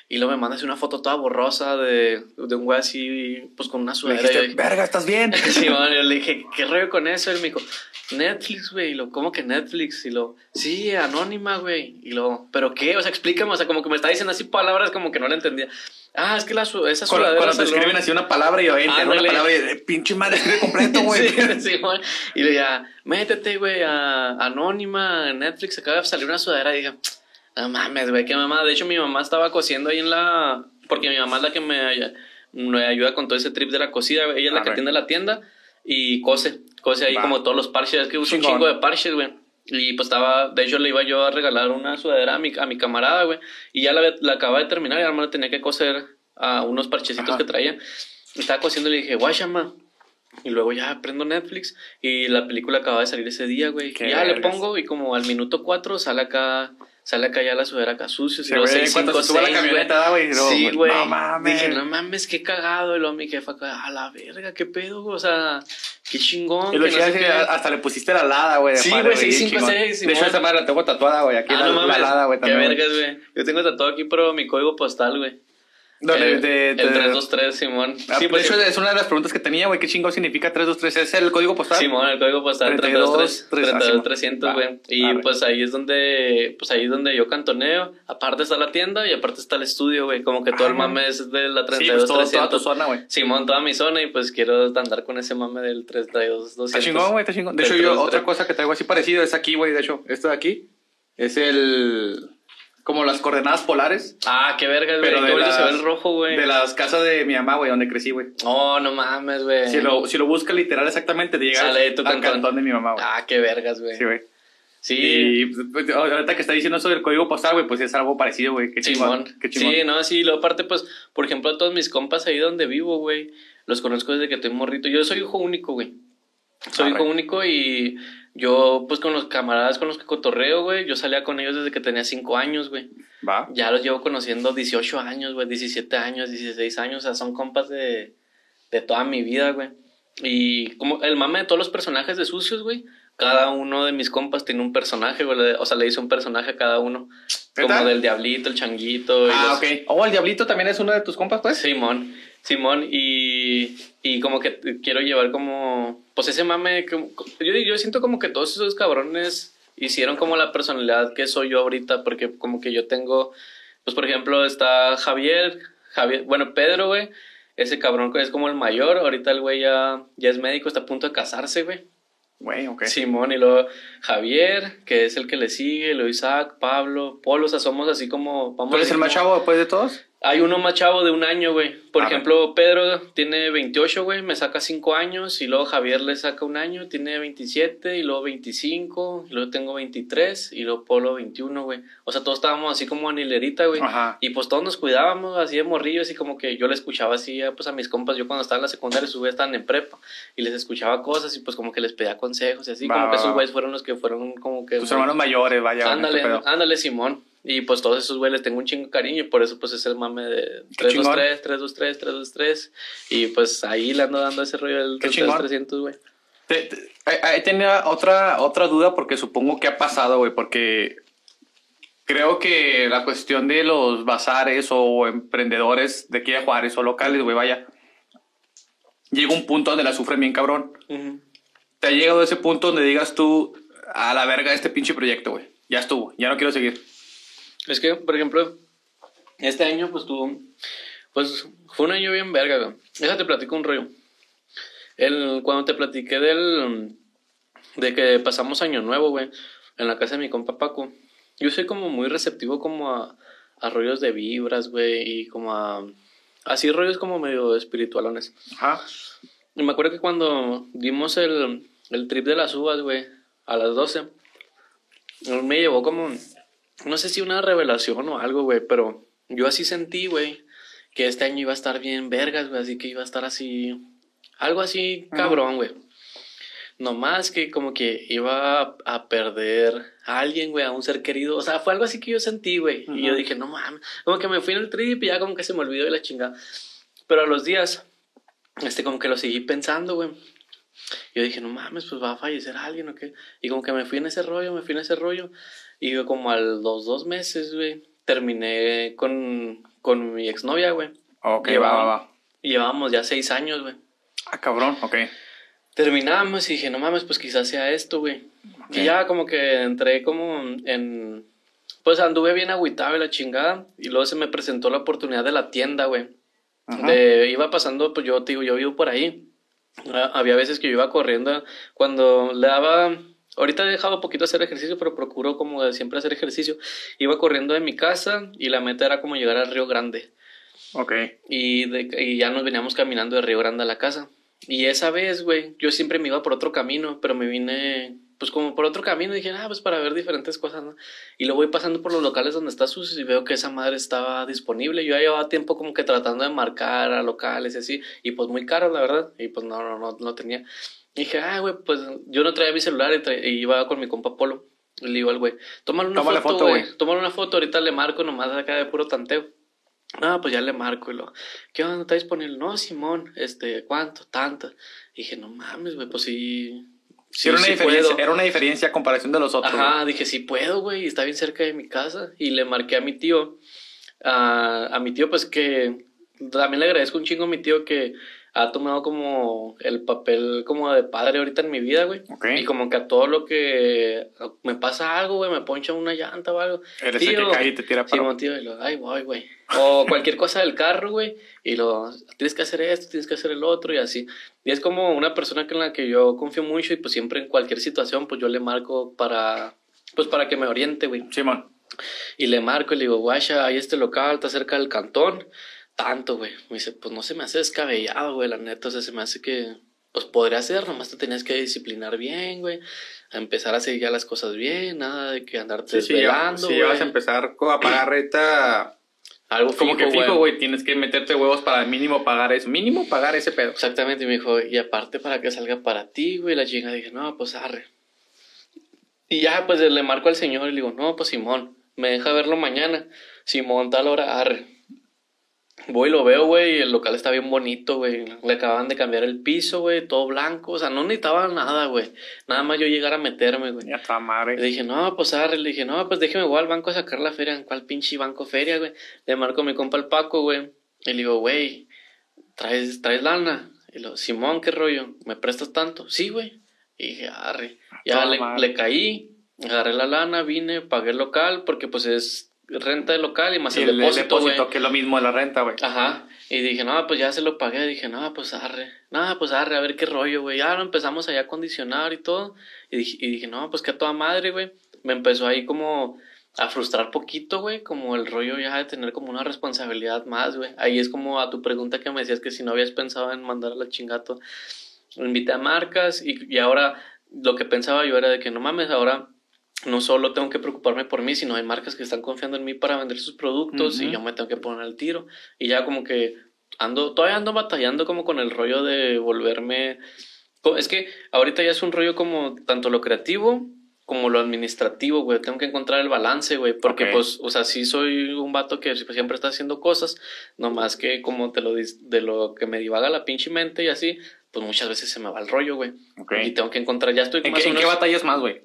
Y luego me manda así una foto toda borrosa de, de un güey así, pues con una Le sudadera. dijiste, Y yo- verga, ¿estás bien? Sí, man, yo le dije, ¿qué rollo con eso? Él me dijo, Netflix, güey. Y lo, ¿cómo que Netflix? Y lo, sí, anónima, güey. Y lo, ¿pero qué? O sea, explícame. O sea, como que me está diciendo así palabras como que no le entendía. Ah, es que la, su- esa Cuando, sudadera cuando te salió- escriben así una palabra y yo entiendo una Ándale. palabra y eh, pinche madre, escribe completo, güey. Sí, sí, güey. Y le decía, métete, güey, a Anónima, en Netflix, acaba de salir una sudadera. Y dije, no mames, güey, qué mamá. De hecho, mi mamá estaba cosiendo ahí en la... Porque mi mamá es la que me, me ayuda con todo ese trip de la cosida, güey. Ella es la Ah, que güey. atiende la tienda y cose. Cose ahí Va. como todos los parches. Es que usa un Chingón. chingo de parches, güey. Y pues estaba... De hecho, le iba yo a regalar una sudadera a mi, a mi camarada, güey. Y ya la, la acababa de terminar y además le tenía que coser a unos parchecitos Ajá. que traía. Estaba cosiendo y le dije, guachama. Y luego ya prendo Netflix y la película acaba de salir ese día, güey. Qué Y ya le vergas. pongo y como al minuto cuatro sale acá, sale acá ya la sudadera acá sucio. Sí, güey, cuando se sube a la camioneta, güey. y luego, Sí, güey. No mames. Dije, no mames, qué cagado. Y luego mi jefa acá, a la verga, qué pedo, güey. O sea, qué chingón. Y lo que no chido sé es que qué. hasta le pusiste la alada, güey. de Sí, padre, güey, bien seis cinco chingón. seis, De hecho, Simón. esa madre la tengo tatuada, güey. Aquí Ah, la, no la mames. alada, güey, Qué también. güey. vergas, güey. Yo tengo tatuado aquí, pero mi código postal, güey. No, de- Eh, de- el de- trescientos veintitrés, Simón. Ah, Sí, de porque- hecho, es una de las preguntas que tenía, güey. ¿Qué chingón significa tres dos tres? ¿Es el código postal? Simón, el código postal treinta y dos, treinta y dos Simón. trescientos, Va, güey. Y arre. pues ahí es donde, pues ahí es donde yo cantoneo. Aparte está la tienda y aparte está el estudio, güey. Como que todo Ah, el mame es de la Sí, treinta y pues dos todo, toda tu trescientos. zona, güey. Simón, toda mi zona y pues quiero andar con ese mame del treinta y dos doscientos. Está chingón, güey, está chingón. De hecho, treinta y yo dos, otra treinta. cosa que traigo así parecido es aquí, güey. De hecho, esto de aquí es el... Como las coordenadas polares. Ah, qué vergas, güey. Pero Qué de bonito se ve las, el rojo, güey. de las casas de mi mamá, güey, donde crecí, güey. Oh, no mames, güey. Si lo, si lo buscas literal exactamente, te llega Sale al tu al cantón. cantón de mi mamá, güey. Ah, qué vergas, güey. Sí, güey. Sí. Y pues, ahorita que está diciendo eso del código postal, güey, pues es algo parecido, güey. Qué chingón. Simón. Qué chingón. Sí, no, sí, luego aparte, pues, por ejemplo, a todos mis compas ahí donde vivo, güey, los conozco desde que estoy morrito. Yo soy hijo único, güey. Soy Arre. hijo único y yo, pues, con los camaradas con los que cotorreo, güey, yo salía con ellos desde que tenía cinco años, güey. Va. Ya los llevo conociendo dieciocho años, güey, diecisiete años, dieciséis años, o sea, son compas de, de toda mi vida, güey. Y como el mame de todos los personajes de Sucios, güey, cada uno de mis compas tiene un personaje, güey, le- o sea, le hice un personaje a cada uno. Como ¿Neta? del Diablito, el Changuito. y Ah, los- ok. Oh, el Diablito también es uno de tus compas, pues. Simón, Simón, y, y como que quiero llevar como, pues ese mame, que, yo, yo siento como que todos esos cabrones hicieron como la personalidad que soy yo ahorita, porque como que yo tengo, pues por ejemplo está Javier, Javier, bueno, Pedro, güey, ese cabrón que es como el mayor, ahorita el güey ya, ya es médico, está a punto de casarse, güey. Güey, ok. Simón, y luego Javier, que es el que le sigue, luego Isaac, Pablo, Polo, o sea, somos así como... Vamos ¿Tú eres así el más como- chavo después de todos? Hay uno más chavo de un año, güey. Por A ejemplo, Pedro tiene veintiocho, güey, me saca cinco años. Y luego Javier le saca un año, tiene veintisiete. Y luego veinticinco. Y luego tengo veintitrés. Y luego Polo veintiuno, güey. O sea, todos estábamos así como en hilerita, güey. Ajá. Y pues todos nos cuidábamos así de morrillos. Y como que yo le escuchaba así a, pues, a mis compas. Yo cuando estaba en la secundaria, sus güeyes estaban en prepa. Y les escuchaba cosas. Y pues como que les pedía consejos. Y así Va, como va, que esos va. güeyes fueron los que fueron como que... Tus hermanos mayores, vaya. Ándale, este pedo. ándale, Simón. Y pues todos esos güeyes les tengo un chingo de cariño y por eso pues es el mame de tres dos tres, tres dos tres, tres dos tres. Y pues ahí le ando dando ese rollo del Qué tres chingón. trescientos, güey. Te- te- ahí- ahí tenía otra, otra duda porque supongo que ha pasado, güey, porque creo que la cuestión de los bazares o emprendedores de aquí de Juárez o locales, güey, vaya, llega un punto donde la sufren bien cabrón. Uh-huh. ¿Te ha llegado a ese punto donde digas tú, a la verga este pinche proyecto, güey? Ya estuvo, ya no quiero seguir. Es que, por ejemplo, este año pues tuvo, pues fue un año bien verga, güey. Déjate platico un rollo. El, cuando te platiqué del, de que pasamos año nuevo, güey, en la casa de mi compa Paco, yo soy como muy receptivo como a, a rollos de vibras, güey, y como a, así rollos como medio espiritualones. Ajá. Y me acuerdo que cuando dimos el, el trip de las uvas, güey, a las doce, él me llevó como, no sé si una revelación o algo, güey, pero yo así sentí, güey, que este año iba a estar bien vergas, güey, así que iba a estar así, algo así cabrón, güey. Nomás que como que iba a, a perder a alguien, güey, a un ser querido. O sea, fue algo así que yo sentí, güey. Ajá. Y yo dije, no mames. Como que me fui en el trip y ya como que se me olvidó de la chingada. Pero a los días, este, como que lo seguí pensando, güey. Yo dije, no mames, pues va a fallecer alguien o qué. Y como que me fui en ese rollo, me fui en ese rollo. Y yo como a los dos meses, güey, terminé con, con mi exnovia, güey. Ok, Llevaba- va, va, va. Llevábamos ya seis años, güey. Ah, cabrón, ok. Terminamos y dije, no mames, pues quizás sea esto, güey. Ok. Y ya como que entré como en... Pues anduve bien agüitado y la chingada. Y luego se me presentó la oportunidad de la tienda, güey. Ajá. De, iba pasando, pues yo te digo, yo vivo por ahí. Ah, Había veces que yo iba corriendo cuando le daba... Ahorita he dejado poquito hacer ejercicio, pero procuro como de siempre hacer ejercicio. Iba corriendo de mi casa y la meta era como llegar al Río Grande. Ok. Y, de, y ya nos veníamos caminando de Río Grande a la casa. Y esa vez, güey, yo siempre me iba por otro camino, pero me vine, pues como por otro camino. Y dije, ah, pues para ver diferentes cosas, ¿no? Y lo voy pasando por los locales donde está Sus y veo que esa madre estaba disponible. Yo ya llevaba tiempo como que tratando de marcar a locales y así. Y pues muy caro, la verdad. Y pues no, no, no, no tenía. Y dije, ah, güey, pues yo no traía mi celular y, tra- y iba con mi compa Polo. Y le digo al güey, tómale una Tómale foto, foto, güey. güey. Tómale una foto, ahorita le marco nomás acá de puro tanteo. Ah, pues ya le marco y lo, ¿qué onda? ¿Está disponible? No, Simón, este, ¿cuánto? Tanto. Y dije, no mames, güey, pues sí, Sí, era, una sí diferencia, puedo. era una diferencia a comparación de los otros. Ajá, dije, sí puedo, güey, está bien cerca de mi casa. Y le marqué a mi tío, a, a mi tío, pues que también le agradezco un chingo a mi tío que ha tomado como el papel como de padre ahorita en mi vida, güey. Ok. Y como que a todo lo que me pasa algo, güey, me poncha una llanta o algo. Eres el que cae y te tira Sí, paro. tío, y lo, ay, voy, güey. O cualquier cosa del carro, güey, y lo, tienes que hacer esto, tienes que hacer el otro, y así. Y es como una persona en la que yo confío mucho, y pues siempre en cualquier situación, pues yo le marco para, pues para que me oriente, güey. Simón. Y le marco y le digo, guacha, hay este local, está cerca del cantón. Tanto, güey. Me dice, pues no se me hace descabellado, güey, la neta. O sea, se me hace que, pues podría ser, nomás te tenías que disciplinar bien, güey. A empezar a hacer ya las cosas bien, nada de que andarte Sí, sí, ya, desvelando, si güey. vas a empezar co- a pagar renta, Algo como que fijo, güey. güey, tienes que meterte huevos para mínimo pagar eso. Mínimo pagar ese pedo. Exactamente, y me dijo, y aparte para que salga para ti, güey, la chinga. Dije, no, pues arre. Y ya, pues le marco al señor y le digo, no, pues Simón, me deja verlo mañana. Simón, tal hora, arre. Voy y lo veo, güey, y el local está bien bonito, güey. Le acaban de cambiar el piso, güey, todo blanco. O sea, no necesitaba nada, güey. Nada más yo llegar a meterme, güey. Ya está madre. Le dije, no, pues arre. Le dije, no, pues déjeme voy al banco a sacar la feria. ¿En cuál pinche banco feria, güey? Le marco a mi compa el Paco, güey. Y le digo, güey, ¿traes, ¿traes lana? Y lo, Simón, ¿qué rollo? ¿Me prestas tanto? Sí, güey. Y dije, arre. Ya Toda le, madre. le caí, agarré la lana, vine, pagué el local, porque pues es renta de local y más Y el, el, el depósito, güey. depósito, que es lo mismo de la renta, güey. Ajá. Y dije, no, pues ya se lo pagué. Dije, no, pues arre. No, pues arre, a ver qué rollo, güey. Ya lo empezamos allá a acondicionar y todo. Y dije, y dije no, pues que a toda madre, güey. Me empezó ahí como a frustrar poquito, güey. Como el rollo ya de tener como una responsabilidad más, güey. Ahí es como a tu pregunta que me decías que si no habías pensado en mandar a la chingato. Invité a marcas y, y ahora lo que pensaba yo era de que no mames, ahora no solo tengo que preocuparme por mí, sino hay marcas que están confiando en mí para vender sus productos Ujú. y yo me tengo que poner al tiro. Y ya como que ando, todavía ando batallando como con el rollo de volverme... co- Es que ahorita ya es un rollo como tanto lo creativo como lo administrativo, güey. Tengo que encontrar el balance, güey, porque Ok. pues, o sea, sí soy un vato que siempre está haciendo cosas, nomás que como te lo dis- de lo que me divaga la pinche mente y así, pues muchas veces se me va el rollo, güey. Ok. Y tengo que encontrar, ya estoy ¿En más qué, o en qué menos batallas más, güey?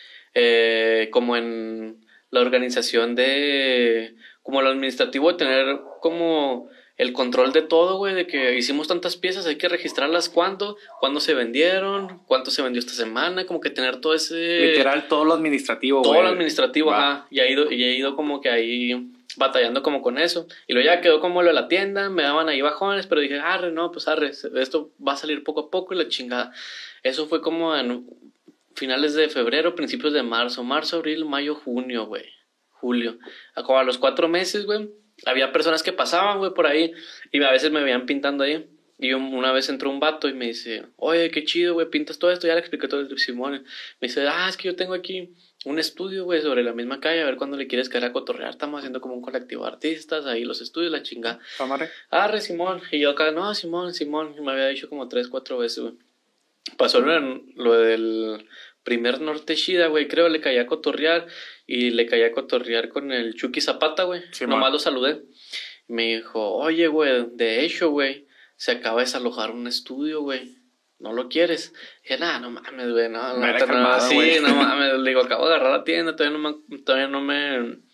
eh, como en la organización de, como lo administrativo, de tener como el control de todo, güey, de que hicimos tantas piezas, hay que registrarlas cuándo, cuándo se vendieron, cuánto se vendió esta semana, como que tener todo ese... Literal, todo lo administrativo, güey. Todo lo administrativo, Va. ajá, y he ido, y he ido como que ahí batallando como con eso, y luego ya quedó como lo de la tienda, me daban ahí bajones, pero dije, arre, no, pues arre, esto va a salir poco a poco y la chingada. Eso fue como en finales de febrero, principios de marzo, marzo, abril, mayo, junio, güey, julio, como a los cuatro meses, güey, había personas que pasaban, güey, por ahí, y a veces me veían pintando ahí. Y un- una vez entró un vato y me dice, oye, qué chido, güey, pintas todo esto. Ya le expliqué todo el Simón. Me dice, ah, es que yo tengo aquí un estudio, güey, sobre la misma calle. A ver cuándo le quieres caer a cotorrear. Estamos haciendo como un colectivo de artistas. Ahí los estudios, la chingada. ¿Está madre? Arre, Simón. Y yo acá, no, Simón, Simón. Y me había dicho como tres, cuatro veces, güey. Pasó lo, lo del primer Norte Shida, güey. Creo le caía a cotorrear. Y le caía a cotorrear con el Chucky Zapata, güey. Simón. Nomás lo saludé. Me dijo, oye, güey, de hecho, güey, se acaba de desalojar un estudio, güey. ¿No lo quieres? Dije, nah, no mames, güey, no, Me no, la no, calmado, sí, güey. no mames. Le digo, acabo de agarrar la tienda, todavía no me, todavía no me,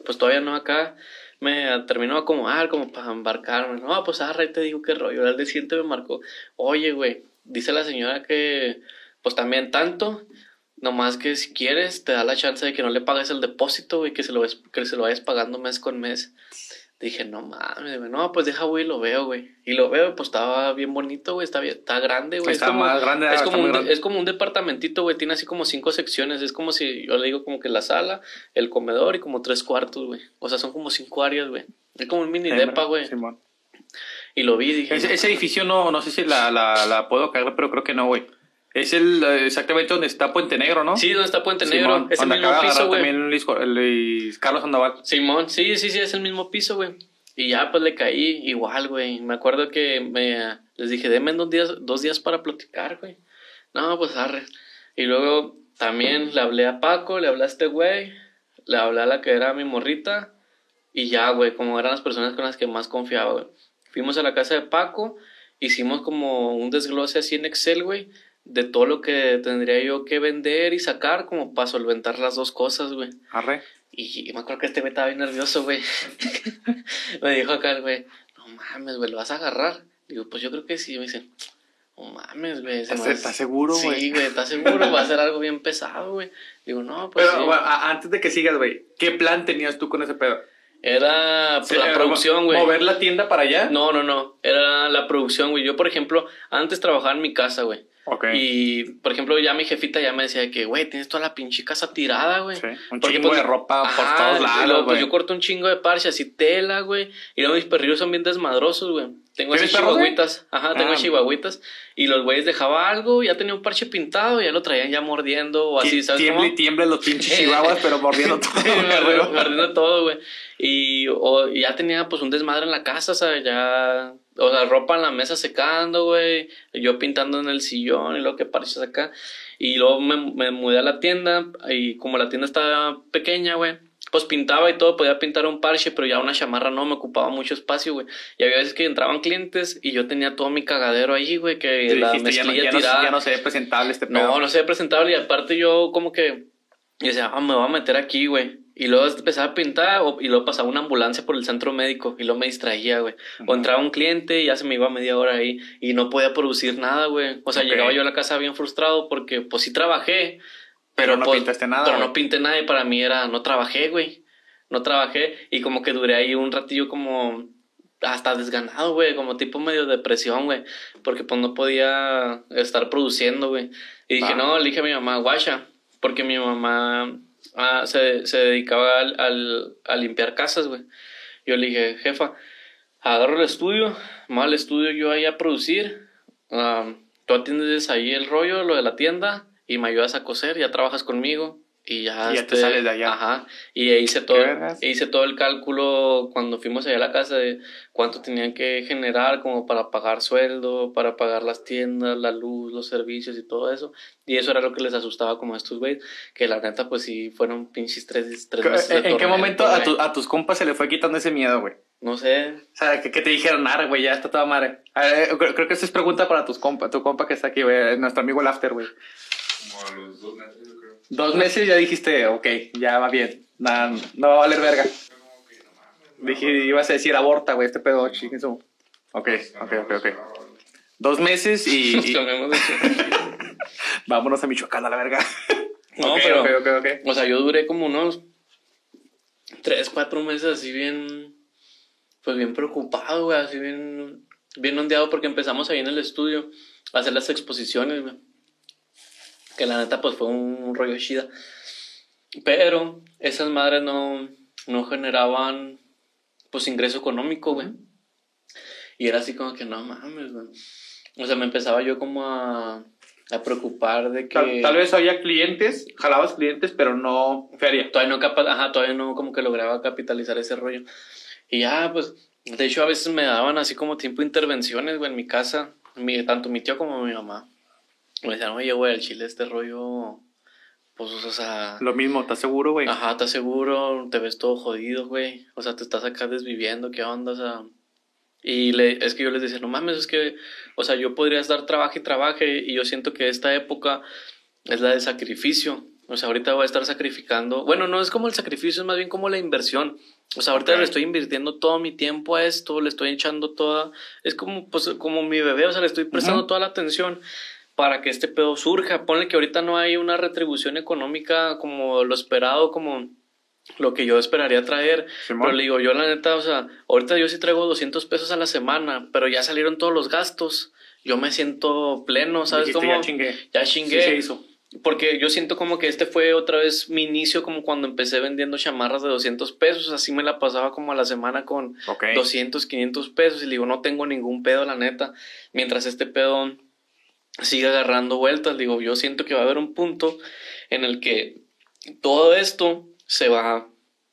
pues todavía no acá. Me terminó de acomodar como para embarcarme. No, pues arre, te digo qué rollo. Al día siguiente me marcó. Oye, güey, dice la señora que pues también tanto. Nomás que si quieres, te da la chance de que no le pagues el depósito, güey, que se lo ves, que se lo vayas pagando mes con mes. Dije, no mames, güey, no, pues deja, güey, lo veo, güey. Y lo veo, pues estaba bien bonito, güey, está bien, está grande, güey. Está es como, más grande, es está como muy un, grande. es como un departamentito, güey, tiene así como cinco secciones. Es como si, yo le digo como que la sala, el comedor y como tres cuartos, güey. O sea, son como cinco áreas, güey. Es como un mini Hembra, depa, güey. Simón. Y lo vi y dije, Ese, no, ese edificio no, no sé si la, la, la puedo cagar, pero creo que no, güey. Es el eh, exactamente donde está Puente Negro, ¿no? sí, donde está Puente Simón, Negro, es el donde mismo acaba de piso, agarrar güey. también Luis, Jo- Luis Carlos Sandoval. Simón, sí, sí, sí, es el mismo piso, güey. Y ya, pues le caí igual, güey. Me acuerdo que me les dije, denme dos días, dos días para platicar, güey. No, pues arre. Y luego también le hablé a Paco, le hablé a este güey, le hablé a la que era mi morrita. Y ya, güey, como eran las personas con las que más confiaba, güey. Fuimos a la casa de Paco, hicimos como un desglose así en Excel, güey, de todo lo que tendría yo que vender y sacar como para solventar las dos cosas, güey. Arre. Y, y me acuerdo que este güey estaba bien nervioso, güey. Me dijo acá el güey, no mames, güey, ¿lo vas a agarrar? Digo, pues yo creo que sí. Me dice, no mames, güey. se ¿Estás me estás seguro, güey? Sí, güey, ¿estás seguro? Va a ser algo bien pesado, güey. Digo, no, pues Pero sí. bueno, a- antes de que sigas, güey, ¿qué plan tenías tú con ese pedo? Era Sí, la eh, producción, güey. ¿Mover la tienda para allá? No, no, no. Era la producción, güey. Yo, por ejemplo, antes trabajaba en mi casa, güey. Ok. Y, por ejemplo, ya mi jefita ya me decía que, güey, tienes toda la pinche casa tirada, güey. Sí, un Porque, chingo pues, de ropa por ajá, todos y lados, luego, pues güey. yo corto un chingo de parche, así tela, güey. Y luego mis perrillos son bien desmadrosos, güey. Tengo así ¿Tienes perros, güey? chihuahuitas. Ajá, tengo Ah. chihuahuitas. Y los güeyes dejaba algo, ya tenía un parche pintado, ya lo traían ya mordiendo o así, Tie- ¿sabes Tiemble cómo? y tiemble los pinches chihuahuas, pero mordiendo todo. Sí, mordiendo, mordiendo todo, güey. Y o, y ya tenía pues un desmadre en la casa, ¿sabes? Ya, o sea, ropa en la mesa secando, güey. Yo pintando en el sillón y lo que parches acá. Y luego me, me mudé a la tienda y como la tienda estaba pequeña, güey, pues pintaba y todo, podía pintar un parche, pero ya una chamarra no me ocupaba mucho espacio, güey. Y había veces que entraban clientes y yo tenía todo mi cagadero ahí, güey, que Te la dijiste, ya, no, mezclilla ya, no, tirada. ya no se ve presentable este pedo. No, no se ve presentable y aparte yo como que y decía, ah, me voy a meter aquí, güey. Y luego empezaba a pintar o, y luego pasaba una ambulancia por el centro médico y luego me distraía, güey. O entraba un cliente y ya se me iba media hora ahí y no podía producir nada, güey. O sea, Ok. llegaba yo a la casa bien frustrado porque pues sí trabajé. Pero no pues, pintaste nada, Pero güey. no pinté nada y para mí era, no trabajé, güey. No trabajé y como que duré ahí un ratillo como hasta desganado, güey, como tipo medio depresión, güey, porque pues no podía estar produciendo, güey. Y dije, Ah. no, le dije a mi mamá, guacha, porque mi mamá ah, se, se dedicaba al, al, a limpiar casas, güey. Yo le dije, jefa, agarro el estudio, más el estudio yo ahí a producir, um, tú atiendes ahí el rollo, lo de la tienda, y me ayudas a coser, ya trabajas conmigo. Y ya, Y ya te sales de allá. Ajá. Y hice todo, vergas? hice todo el cálculo cuando fuimos allá a la casa de cuánto tenían que generar como para pagar sueldo, para pagar las tiendas, la luz, los servicios y todo eso. Y eso era lo que les asustaba como a estos güeyes, que la neta pues sí fueron pinches tres, tres meses de ¿En, en qué tormento, momento a, güey. tu- a tus compas se le fue quitando ese miedo, güey? No sé. O sea, que, que te dijeron, ah, güey, ya está toda madre. A ver, creo, creo que esa es pregunta para tus compas, tu compa que está aquí, güey, nuestro amigo el After, güey. Como a los dos meses, yo creo. Dos meses ya dijiste, ok, ya va bien. Nah, no va a valer verga. Fue como que, no mames, no, Dije, ibas a decir aborta, güey, este pedo, chingue su. Ok, ok, ok, ok. Dos meses y, y Cambiamos de tema. vámonos a Michoacán a la verga. No, Ok, pero, ok, ok, ok. o sea, yo duré como unos tres, cuatro meses así bien, pues bien preocupado, güey, así bien, bien ondeado porque empezamos ahí en el estudio a hacer las exposiciones, güey. Que la neta, pues fue un, un rollo chida. Pero esas madres no, no generaban, pues, ingreso económico, güey. Y era así como que, no mames, güey. O sea, me empezaba yo como a, a preocupar de que... Tal, tal vez había clientes, jalabas clientes, pero no feria. Todavía no, capa Ajá, todavía no como que lograba capitalizar ese rollo. Y ya, pues, de hecho, a veces me daban así como tiempo intervenciones, güey, en mi casa. Mi, tanto mi tío como mi mamá. Me decían, oye, güey, el chile este rollo... Pues, o sea... Lo mismo, ¿estás seguro, güey? Ajá, ¿estás seguro? Te ves todo jodido, güey. O sea, te estás acá desviviendo, ¿qué onda? O sea... Y le, es que yo les decía, no mames, es que... O sea, yo podría estar trabaje y trabaje y yo siento que esta época es la de sacrificio. O sea, ahorita voy a estar sacrificando. Bueno, no es como el sacrificio, es más bien como la inversión. O sea, ahorita Ok. le estoy invirtiendo todo mi tiempo a esto, le estoy echando toda. Es como, pues, como mi bebé, o sea, le estoy prestando Ujú. toda la atención para que este pedo surja. Ponle que ahorita no hay una retribución económica como lo esperado, como lo que yo esperaría traer. Simón. Pero le digo, yo la neta, o sea, ahorita yo sí traigo doscientos pesos a la semana, pero ya salieron todos los gastos. Yo me siento pleno, ¿sabes Dijiste, cómo? ya chingué. Ya chingué. Sí se hizo. Porque yo siento como que este fue otra vez mi inicio, como cuando empecé vendiendo chamarras de doscientos pesos. Así me la pasaba como a la semana con Ok. doscientos, quinientos pesos. Y le digo, no tengo ningún pedo, la neta. Mientras este pedo siga agarrando vueltas, digo, yo siento que va a haber un punto en el que todo esto se va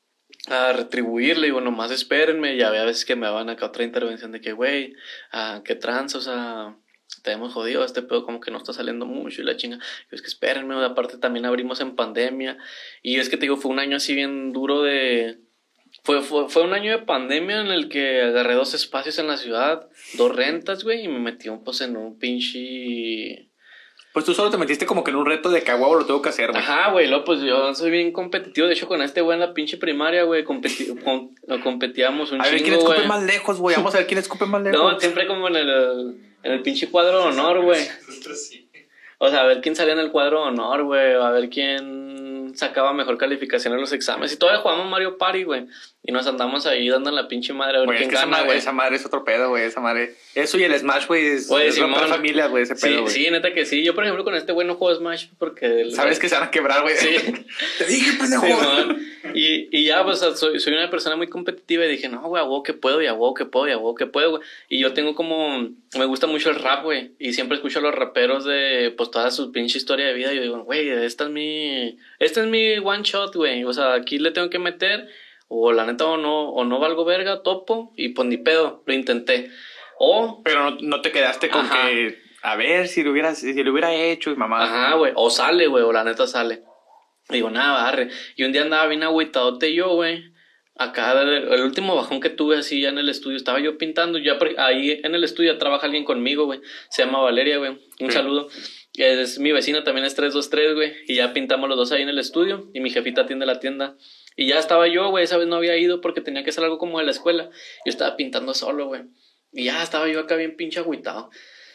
a retribuir. Le digo, nomás espérenme. Ya a veces que me van acá otra intervención de que, güey, ah, qué trans, o sea, te hemos jodido, este pedo como que no está saliendo mucho y la chinga. Yo, es que espérenme, aparte también abrimos en pandemia. Y es que te digo, fue un año así bien duro de... Fue, fue, fue un año de pandemia en el que agarré dos espacios en la ciudad, dos rentas, güey, y me metí un, pues en un pinche... Pues tú solo te metiste como que en un reto de que a huevo lo tengo que hacer, güey. Ajá, güey, lo, pues yo soy bien competitivo. De hecho, con este güey en la pinche primaria, güey, competi con, competíamos un A ver quién chingo, escupe güey. más lejos, güey. Vamos a ver quién escupe más lejos. No, siempre como en el, en el pinche cuadro de honor, güey. Nosotros sí. O sea, a ver quién salía en el cuadro de honor, güey. A ver quién sacaba mejor calificación en los exámenes. Y todavía jugamos Mario Party, güey. Y nos andamos ahí dando la pinche madre a ver Güey, es quién que esa gana, madre, güey. esa madre es otro pedo, güey. Esa madre. Eso y el Smash, güey, es, Güey, es romper Simón. familia, güey, ese Sí, pedo, güey. sí, neta que sí. Yo, por ejemplo, con este güey no juego Smash porque... el- Sabes que se van a quebrar, güey. Sí. Te dije, pendejo. Simón. Y, y ya, pues, soy, soy una persona muy competitiva y dije, no, güey, a huevo que puedo, y a huevo que puedo, y a huevo que puedo, güey. Y yo tengo como, me gusta mucho el rap, güey, y siempre escucho a los raperos de, pues, toda su pinche historia de vida, y yo digo, güey, esta es mi, este es mi one shot, güey, o sea, aquí le tengo que meter, o la neta, o no, o no valgo verga, topo, y pues ni pedo, lo intenté. O, Pero no, no te quedaste con Ajá. que, a ver, si lo hubiera, si lo hubiera hecho y mamá. ajá, güey, o sale, güey, o la neta sale. Digo, nada, barre. Y un día andaba bien agüitadote yo, güey. Acá, el, el último bajón que tuve así ya en el estudio, estaba yo pintando. Ya por- ahí en el estudio trabaja alguien conmigo, güey. Se llama Valeria, güey. Un Sí. saludo. Es mi vecina, también es tres dos tres, güey. Y ya pintamos los dos ahí en el estudio. Y mi jefita atiende la tienda. Y ya estaba yo, güey. Esa vez no había ido porque tenía que hacer algo como de la escuela. Yo estaba pintando solo, güey. Y ya estaba yo acá bien pinche agüitado.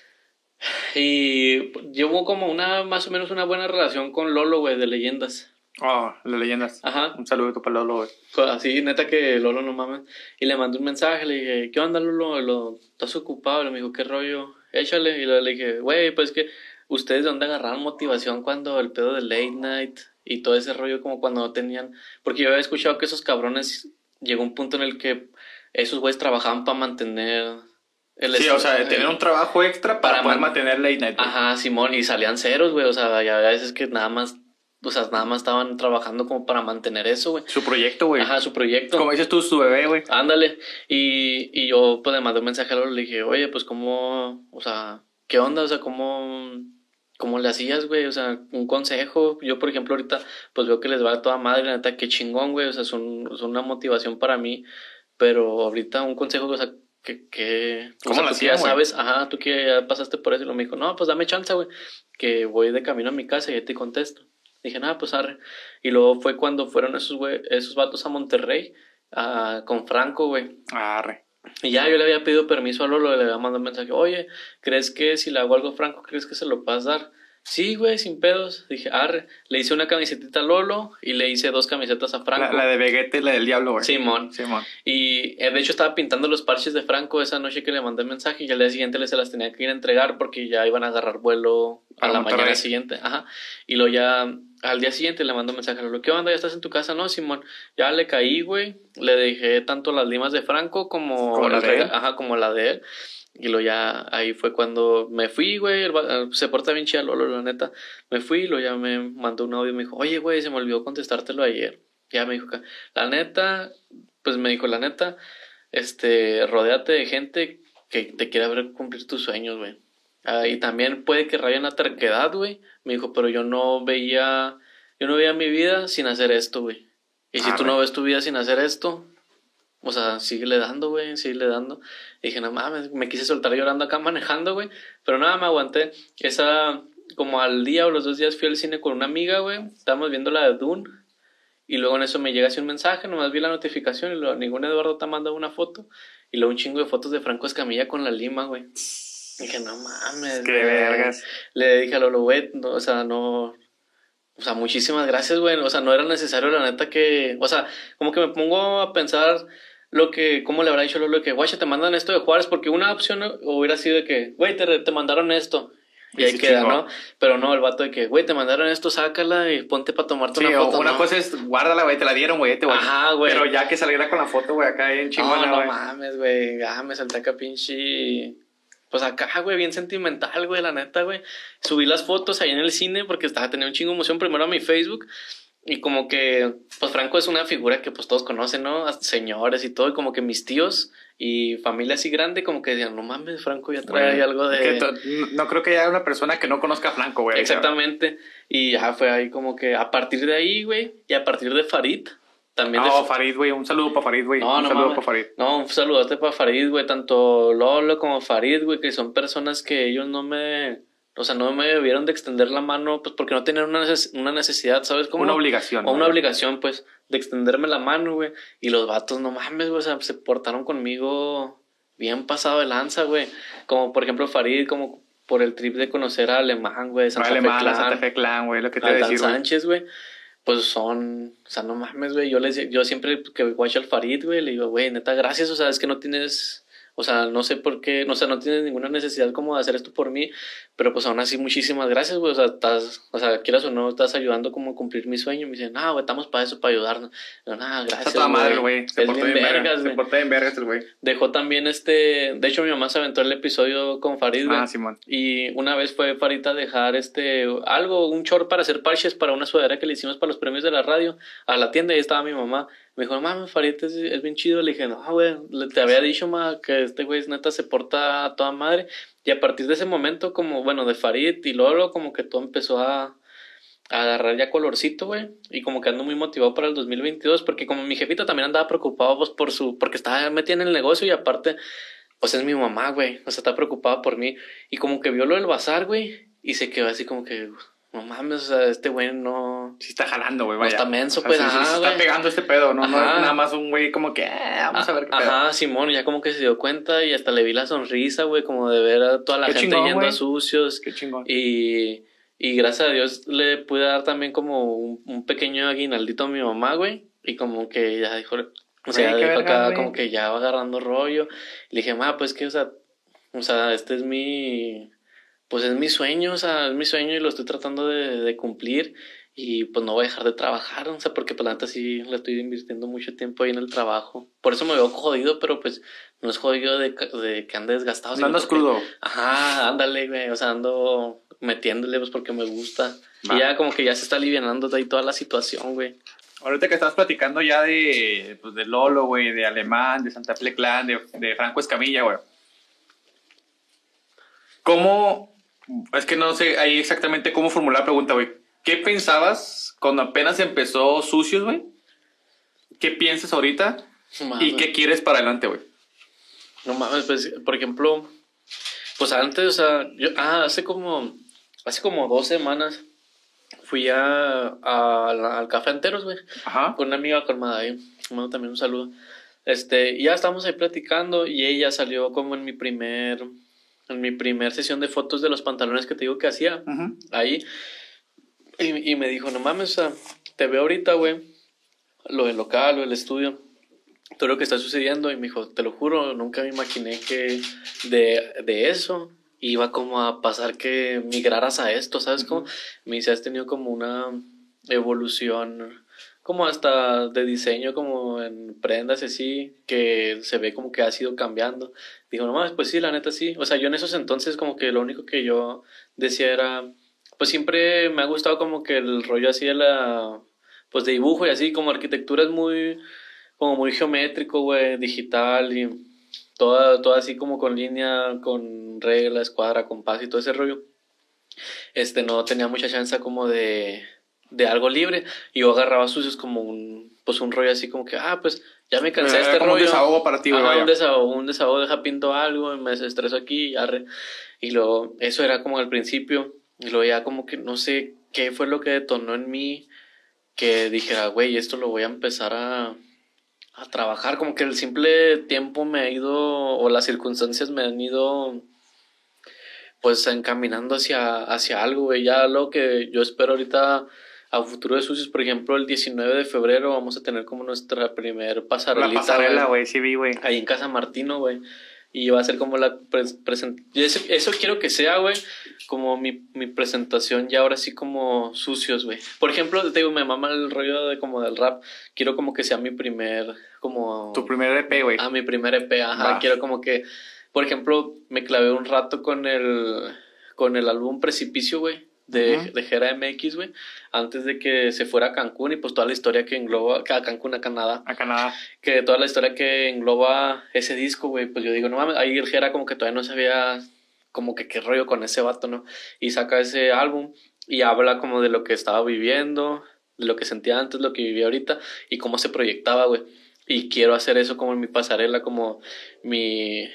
Y llevo como una, más o menos una buena relación con Lolo, güey, de leyendas. Oh, las leyendas. Ajá. Un saludo para Lolo, güey. Fue así, neta que Lolo no mames. Y le mandé un mensaje, le dije, ¿qué onda, Lolo? Lo, ¿estás ocupado? Y me dijo, ¿qué rollo? Échale. Y luego le dije, güey, pues que ustedes de dónde agarraron motivación cuando el pedo de late night y todo ese rollo, como cuando no tenían. Porque yo había escuchado que esos cabrones llegó un punto en el que esos güeyes trabajaban para mantener el Sí, estu- o sea, tener un trabajo extra para, para poder man- mantener late night. güey. Ajá, Simón, y salían ceros, güey. O sea, ya a veces que nada más, o sea, nada más estaban trabajando como para mantener eso, güey. Su proyecto, güey. Ajá, su proyecto. Como dices tú, su bebé, güey. Ándale. Y, y yo pues le mandé un mensaje a Lolo, le dije, oye, pues cómo, o sea, ¿qué onda? O sea, ¿cómo, cómo le hacías, güey? O sea, un consejo. Yo, por ejemplo, ahorita pues veo que les va a toda madre, la neta, qué chingón, güey. O sea, son, son una motivación para mí. Pero ahorita un consejo, o sea, que, que o ¿Cómo sea, lo tú que ya hacían, güey? sabes, ajá, tú que ya pasaste por eso, y lo me dijo, no, pues dame chance, güey, que voy de camino a mi casa y ya te contesto. Dije, nada, pues arre. Y luego fue cuando fueron esos, güey, esos vatos a Monterrey, a, con Franco, güey. Arre. Y ya yo le había pedido permiso a Lolo, le había mandado un mensaje, oye, ¿crees que si le hago algo a Franco, crees que se lo puedas dar? Sí, güey, sin pedos. Dije, arre. Le hice una camisetita a Lolo y le hice dos camisetas a La, Franco. la de Vegeta y la del Diablo, güey. Simón. Simón. Y eh, de hecho estaba pintando los parches de Franco esa noche que le mandé el mensaje y al día siguiente le se las tenía que ir a entregar porque ya iban a agarrar vuelo a A la Monterrey. mañana siguiente. Ajá. Y luego ya al día siguiente le mandó un mensaje a Lolo, ¿qué onda? ¿Ya estás en tu casa? No, Simón. Ya le caí, güey. Le dejé tanto las limas de Franco como, Como la el de rega- él. Ajá, como la de él. Y luego ya ahí fue cuando me fui, güey. el va- Se porta bien chida Lolo, la neta. Me fui y luego ya me mandó un audio y me dijo, oye, güey, se me olvidó contestártelo ayer. Ya me dijo, que- la neta, pues me dijo, la neta, este, rodéate de gente que te quiera ver cumplir tus sueños, güey. Ah, y también puede que rayen la terquedad, güey. Me dijo, pero yo no veía, yo no veía mi vida sin hacer esto, güey. Y si tú Arre. no ves tu vida sin hacer esto, o sea, síguele dando, güey, síguele dando. Y dije, no mames, me quise soltar llorando acá manejando, güey. Pero nada, me aguanté. Esa, como al día o los dos días fui al cine con una amiga, güey. Estábamos viendo la de Dune. Y luego en eso me llega así un mensaje, nomás vi la notificación y luego ningún Eduardo te ha mandado una foto. Y luego un chingo de fotos de Franco Escamilla con la lima, güey. Dije, no mames, Qué güey. vergas. Le dije a Lolo, güey, no, o sea, no... O sea, muchísimas gracias, güey. O sea, no era necesario, la neta, que... O sea, como que me pongo a pensar lo que... ¿Cómo le habrá dicho Lolo? Que, guacha, te mandan esto de Juárez. Porque una opción hubiera sido de que, güey, te, te mandaron esto. Y, y ahí queda, chingó. ¿No? Pero no, el vato de que, güey, te mandaron esto, sácala y ponte para tomarte sí, una foto. Una ¿no? cosa es, guárdala, güey, te la dieron, güey, te voy. Ajá, güey. Pero ya que saliera con la foto, güey, acá en chingona, No, güey. no mames, güey. Ah, me salté acá pinche... Pues acá, güey, bien sentimental, güey, la neta, güey. Subí las fotos ahí en el cine porque estaba teniendo un chingo de emoción primero a mi Facebook. Y como que, pues Franco es una figura que pues todos conocen, ¿no? Hasta señores y todo. Y como que mis tíos y familia así grande como que decían, no mames, Franco ya trae güey, algo de... Que to- no creo que haya una persona que no conozca a Franco, güey. Exactamente. Y ya fue ahí como que a partir de ahí, güey, y a partir de Farid... También no, de... Farid, güey, un saludo para Farid, güey. No, un no, saludo para Farid. No, un saludote para Farid, güey. Tanto Lolo como Farid, güey, que son personas que ellos no me... O sea, no me debieron de extender la mano, pues porque no tenían una, neces una necesidad, ¿sabes cómo? Una obligación. O una obligación, pues, de extenderme la mano, güey. Y los vatos, no mames, güey, o sea, se portaron conmigo bien pasado de lanza, güey. Como, por ejemplo, Farid, como por el trip de conocer a Alemán, güey, Santa Fe Alemán, Clan. Santa Fe Clan, güey, lo que te a voy a Dan decir, Sánchez, güey. Pues son, o sea, no mames, güey, yo les, yo siempre que guacho al Farid, güey, le digo, güey, neta, gracias, o sea, es que no tienes, o sea, no sé por qué, no, o sea, no tienes ninguna necesidad como de hacer esto por mí, pero pues aún así, muchísimas gracias, güey, o sea, estás, o sea, quieras o no, estás ayudando como a cumplir mi sueño, y me dicen, no, güey, estamos para eso, para ayudarnos, no, nada, gracias, está toda madre, güey, se es portó bien bien vergas, vergas, güey. se portó bien vergas el güey. Dejó también este, de hecho, mi mamá se aventó el episodio con Farid, güey, ah, Simón. Y una vez fue Farid a dejar este, algo, un short para hacer parches para una sudadera que le hicimos para los premios de la radio, a la tienda, y ahí estaba mi mamá. Me dijo, mami, Farid es, es bien chido. Le dije, no, güey, te había dicho, ma, que este güey neta se porta a toda madre. Y a partir de ese momento, como, bueno, de Farid y Lolo, como que todo empezó a, a agarrar ya colorcito, güey. Y como que ando muy motivado para el dos mil veintidós, porque como mi jefita también andaba preocupado, pues, por su, porque estaba metida en el negocio y aparte, pues es mi mamá, güey. O sea, está preocupada por mí. Y como que vio lo del bazar, güey, y se quedó así como que... No mames, o sea, este güey no... Sí está jalando, güey, vaya. No está menso, pues, o sea, sí, ajá, sí, güey. está pegando este pedo, no, no es Ajá. nada más un güey como que, eh, vamos a ver qué pedo. Ajá, Simón, ya como que se dio cuenta y hasta le vi la sonrisa, güey, como de ver a toda la Qué gente chingón, yendo güey. a sucios. Qué chingón. Y, y gracias a Dios le pude dar también como un, un pequeño aguinaldito a mi mamá, güey. Y como que ya dijo, o sea, Güey, qué dijo verga, acá güey. como que ya va agarrando rollo. Y le dije, ma, pues que, o sea, o sea, este es mi... Pues es mi sueño, o sea, es mi sueño y lo estoy tratando de, de cumplir y pues no voy a dejar de trabajar, o sea, porque pues la neta sí le estoy invirtiendo mucho tiempo ahí en el trabajo. Por eso me veo jodido, pero pues no es jodido de, de que ande desgastado. No sino andas porque- crudo. Ajá, ándale, güey, o sea, ando metiéndole pues porque me gusta. Va. Y ya como que ya se está alivianando de ahí toda la situación, güey. Ahorita que estás platicando ya de, pues, de Lolo, güey, de Alemán, de Santa Fe Clan, de, de Franco Escamilla, güey. ¿Cómo? Es que no sé ahí exactamente cómo formular la pregunta, güey. ¿Qué pensabas cuando apenas empezó Sucios, güey? ¿Qué piensas ahorita? No mames. ¿Y qué quieres para adelante, güey? No mames, pues, por ejemplo, pues antes, o sea, yo, ah, hace como, hace como dos semanas fui a, a la- al Café Anteros, güey, Ajá. con una amiga colmada ahí, le mando también un saludo. Este, y ya estábamos ahí platicando y ella salió como en mi primer, en mi primer sesión de fotos de los pantalones que te digo que hacía Ujú. ahí. Y, y me dijo, no mames, o sea, te veo ahorita, güey, lo del local, lo del estudio, todo lo que está sucediendo. Y me dijo, te lo juro, nunca me imaginé que de, de eso iba como a pasar que migraras a esto, ¿sabes cómo? Me dice, has tenido como una evolución, como hasta de diseño, como en prendas y así, que se ve como que has ido cambiando. Digo, no mames, pues sí, la neta sí. O sea, yo en esos entonces como que lo único que yo decía era, pues siempre me ha gustado como que el rollo así de la, pues de dibujo y así, como arquitectura es muy, como muy geométrico, güey, digital y toda, toda así como con línea, con regla, escuadra, compás y todo ese rollo. Este, no tenía mucha chance como de, de algo libre y yo agarraba sucios como un, pues un rollo así como que, ah, pues ya me cansé de Era este como un rollo. desahogo para ti, güey, Ajá, vaya. un desahogo, un desahogo, deja pinto algo y me desestreso aquí y arre. Y luego, eso era como al principio. Y luego ya como que no sé qué fue lo que detonó en mí que dijera, güey, esto lo voy a empezar a, a trabajar. Como que el simple tiempo me ha ido, o las circunstancias me han ido, pues encaminando hacia, hacia algo, güey. Ya lo que yo espero ahorita a futuro de Sucios, por ejemplo, el diecinueve de febrero vamos a tener como nuestra primer pasarelita. La pasarela, güey, sí vi, güey. Ahí en Casa Martino, güey. Y va a ser como la presentación. Eso, eso quiero que sea, güey, como mi, mi presentación ya ahora sí como Sucios, güey. Por ejemplo, te digo, me mama el rollo de como del rap. Quiero como que sea mi primer, como... Tu primer E P, güey. Ah, mi primer E P, ajá. Va. Quiero como que, por ejemplo, me clavé un rato con el, con el álbum Precipicio, güey. De, uh-huh. de Jera M X, güey, antes de que se fuera a Cancún y pues toda la historia que engloba, a Cancún, a Canadá. A Canadá. Que toda la historia que engloba ese disco, güey, pues yo digo, no mames, ahí el Jera como que todavía no sabía como que qué rollo con ese vato, ¿no? Y saca ese álbum y habla como de lo que estaba viviendo, de lo que sentía antes, lo que vivía ahorita y cómo se proyectaba, güey. Y quiero hacer eso como en mi pasarela, como mi,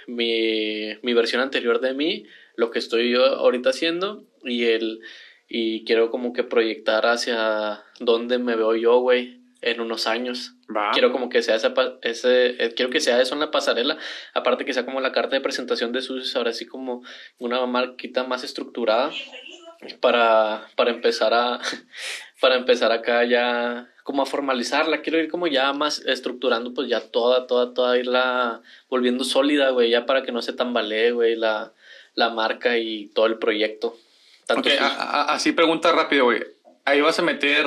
mi, mi versión anterior de mí, lo que estoy yo ahorita haciendo y el y quiero como que proyectar hacia dónde me veo yo, güey, en unos años. Va. Quiero como que sea esa, ese eh, quiero que sea eso en la pasarela, aparte que sea como la carta de presentación de Sucios, ahora sí como una marquita más estructurada para para empezar a para empezar acá ya como a formalizarla. Quiero ir como ya más estructurando pues ya toda toda toda irla volviendo sólida, güey, ya para que no se tambalee, güey, la la marca y todo el proyecto. Tanto okay, a, a, así pregunta rápido, güey. ¿Ahí vas a meter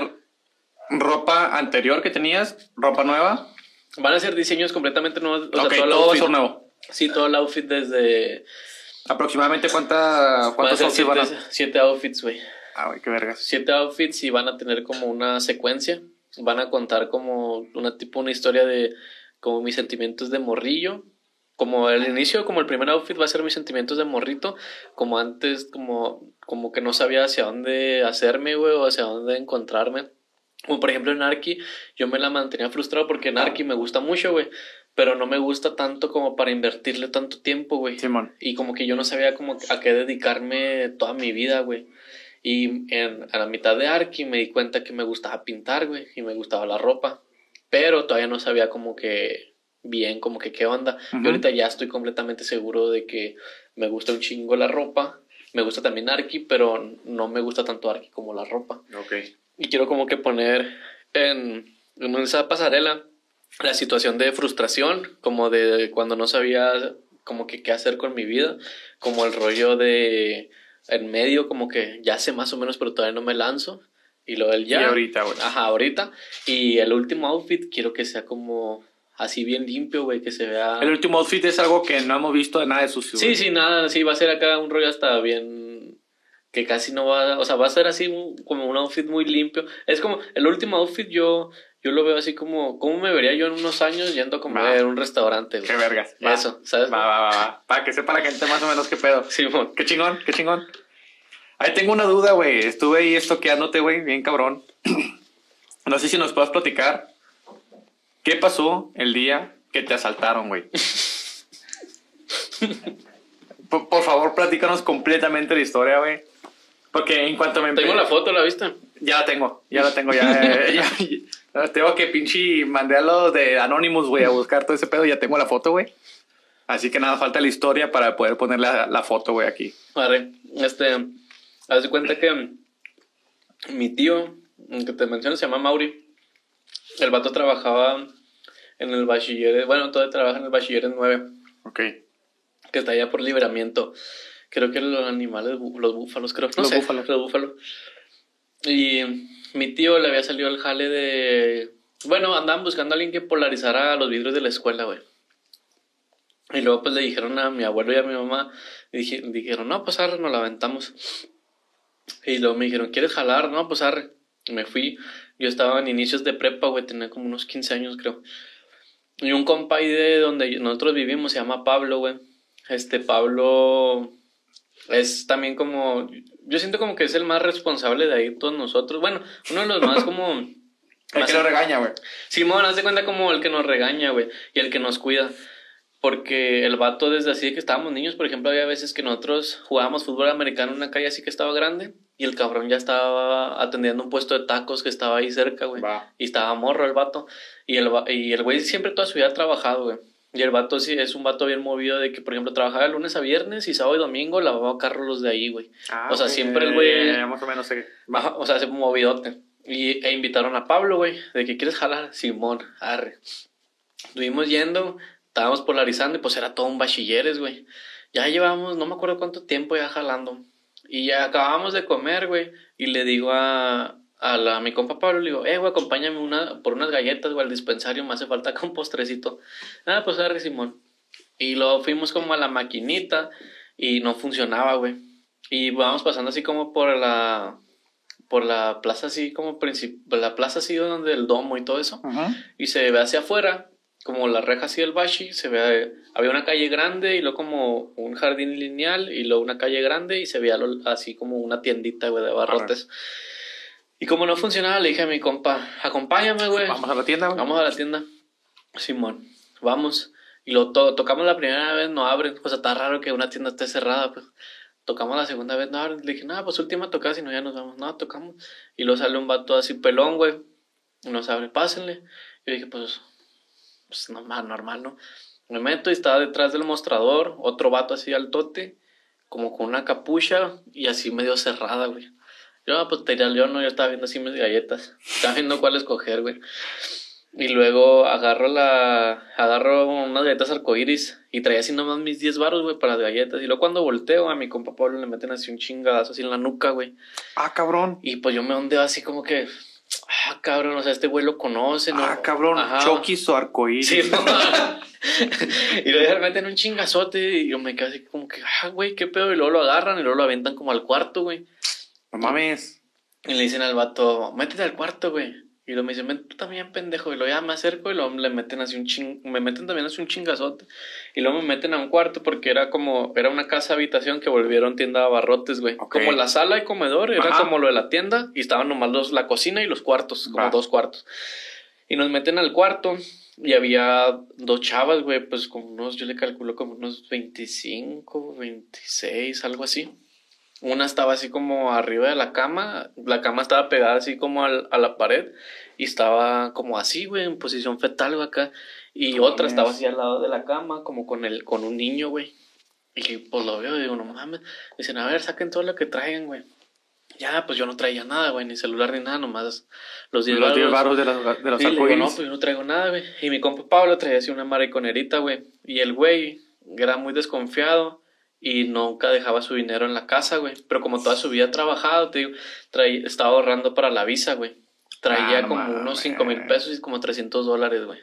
ropa anterior que tenías? ¿Ropa nueva? Van a ser diseños completamente nuevos. O okay, sea, todo, todo va a ser nuevo. Sí, todo el outfit desde... ¿Aproximadamente cuánta, cuántos van outfits van a siete, siete outfits, güey. Ah, güey, qué vergas. Siete outfits y van a tener como una secuencia. Van a contar como una tipo una historia de como mis sentimientos de morrillo. Como el inicio, como el primer outfit va a ser mis sentimientos de morrito, como antes, como, como que no sabía hacia dónde hacerme, güey, o hacia dónde encontrarme. Como por ejemplo en Arki, yo me la mantenía frustrado porque en Arki me gusta mucho, güey, pero no me gusta tanto como para invertirle tanto tiempo, güey. Simón. Y como que yo no sabía como a qué dedicarme toda mi vida, güey. Y en, a la mitad de Arki me di cuenta que me gustaba pintar, güey, y me gustaba la ropa, pero todavía no sabía como que... bien, como que qué onda. Uh-huh. Y ahorita ya estoy completamente seguro de que me gusta un chingo la ropa. Me gusta también Arki, pero no me gusta tanto Arki como la ropa. Okay. Y quiero como que poner en, en esa pasarela la situación de frustración, como de cuando no sabía como que qué hacer con mi vida, como el rollo de en medio, como que ya sé más o menos, pero todavía no me lanzo. Y lo del ya. Y ahorita, güey. Ajá, ahorita. Y el último outfit quiero que sea como... así bien limpio, güey, que se vea... El último outfit es algo que no hemos visto de nada de Sucio. Sí, sí, nada, sí, va a ser acá un rollo hasta bien... que casi no va... O sea, va a ser así un, como un outfit muy limpio. Es como, el último outfit yo yo lo veo así como... ¿Cómo me vería yo en unos años yendo a comer a un restaurante, güey? Qué vergas. Va. Eso, ¿sabes? Va, va, va, va. Para que sepa la gente más o menos qué pedo. Sí, mon. Qué chingón, qué chingón. Ahí tengo una duda, güey. Estuve ahí estoqueándote, güey, bien cabrón. No sé si nos puedas platicar. ¿Qué pasó el día que te asaltaron, güey? por, por favor, platícanos completamente la historia, güey. Porque en cuanto me... Tengo la foto, ¿la viste? Ya la tengo, ya la tengo, ya... ya, ya, ya tengo que pinche mandé a los de Anonymous, güey, a buscar todo ese pedo. Ya tengo la foto, güey. Así que nada, falta la historia para poder poner la, la foto, güey, aquí. Vale, este... haz de cuenta que mi tío, que te menciono, se llama Mauri. El vato trabajaba en el bachiller, bueno, todavía trabaja en el bachiller nueve. Ok. Que está allá por Libramiento. Creo que los animales, los búfalos, creo. No los sé, búfalos. Los búfalos. Y mi tío le había salido el jale de... Bueno, andaban buscando a alguien que polarizara los vidrios de la escuela, güey. Y luego pues le dijeron a mi abuelo y a mi mamá, y dije, dijeron, no, pues arre, nos la aventamos. Y luego me dijeron, ¿quieres jalar? No, pues arre. Me fui. Yo estaba en inicios de prepa, güey, tenía como unos quince años, creo. Y un compa ahí de donde nosotros vivimos se llama Pablo, güey. Este Pablo es también como... Yo siento como que es el más responsable de ahí todos nosotros. Bueno, uno de los más como... el más que lo regaña, güey. Simón, haz de cuenta como el que nos regaña, güey. Y el que nos cuida. Porque el vato desde así de que estábamos niños, por ejemplo, había veces que nosotros jugábamos fútbol americano en una calle así que estaba grande y el cabrón ya estaba atendiendo un puesto de tacos que estaba ahí cerca, güey. Va. Y estaba morro el vato. Y el, va- y el güey siempre toda su vida ha trabajado, güey. Y el vato sí es un vato bien movido de que, por ejemplo, trabajaba de lunes a viernes y sábado y domingo lavaba carros los de ahí, güey. Ah, O sea, ok, siempre el ya, güey- ya, ya, más o menos sé. Va. Ajá, o sea, se movidote. Y, e invitaron a Pablo, güey, de que quieres jalar, Simón, arre. Estuvimos yendo, estábamos polarizando y pues era todo un bachilleres, güey. Ya llevamos, no me acuerdo cuánto tiempo ya jalando. Y ya acabamos de comer, güey. Y le digo a, a, la, a mi compa Pablo, le digo, eh, güey, acompáñame una, por unas galletas, güey, al dispensario, me hace falta acá un postrecito. Ah, pues arre, Simón. Y luego fuimos como a la maquinita y no funcionaba, güey. Y vamos pasando así como por la por la plaza así como princip- la plaza así donde el domo y todo eso. Ajá. Y se ve hacia afuera, como la reja así del bashi, se ve, había una calle grande y luego como un jardín lineal y luego una calle grande y se veía lo- así como una tiendita, güey, de barrotes. Y como no funcionaba, le dije a mi compa, acompáñame, güey. Vamos a la tienda, güey. Vamos a la tienda. Simón, vamos. Y lo to- tocamos la primera vez, no abren. O sea, está raro que una tienda esté cerrada, pues. Tocamos la segunda vez, no abren. Le dije, no, pues última tocada, si no ya nos vamos. No, tocamos. Y luego sale un vato así pelón, güey. Y nos abre, pásenle. Yo dije, pues, pues normal, normal, ¿no? Me meto y estaba detrás del mostrador, otro vato así altote, como con una capucha y así medio cerrada, güey. Yo, ah, pues te diré al león, ¿no? Yo estaba viendo así mis galletas. Estaba viendo cuál escoger, güey. Y luego agarro la agarro unas galletas arcoíris y traía así nomás mis diez baros, güey, para las galletas. Y luego cuando volteo a mi compa Pablo le meten así un chingadazo así en la nuca, güey. Ah, cabrón. Y pues yo me ondeo así como que, ah, cabrón, o sea, este güey lo conoce, ¿no? Ah, cabrón. Ajá. Chucky o arcoíris. Sí, no. Y luego le meten un chingazote y yo me quedo así como que, ah, güey, qué pedo. Y luego lo agarran y luego lo aventan como al cuarto, güey. No mames. Y le dicen al vato, métete al cuarto, güey. Y luego me dicen, ven tú también, pendejo. Y luego ya me acerco y luego le meten así un ching... Me meten también así un chingazote. Y luego me meten a un cuarto porque era como... Era una casa habitación que volvieron tienda de abarrotes, güey. Ok. Como la sala y comedor, era Ajá. como lo de la tienda. Y estaban nomás los, la cocina y los cuartos, como Va. dos cuartos. Y nos meten al cuarto y había dos chavas, güey, pues como unos, yo le calculo como unos veinticinco, veintiséis, algo así. Una estaba así como arriba de la cama, la cama estaba pegada así como al, a la pared y estaba como así, güey, en posición fetal, güey, acá. Y No otra mames. estaba así al lado de la cama, como con el, con un niño, güey. Y pues lo veo y digo, no mames. Dicen, a ver, saquen todo lo que traigan, güey. Ya, pues yo no traía nada, güey, ni celular ni nada, nomás los diez Los diez varos. baros de, las, de los Y le digo, no, arcoíris. pues yo no traigo nada, güey. Y mi compa Pablo traía así una mariconerita, güey. Y el güey era muy desconfiado y nunca dejaba su dinero en la casa, güey. Pero como toda su vida ha trabajado, te digo, traía, estaba ahorrando para la visa, güey. Traía Ah, no como mames. unos cinco mil pesos y como trescientos dólares, güey.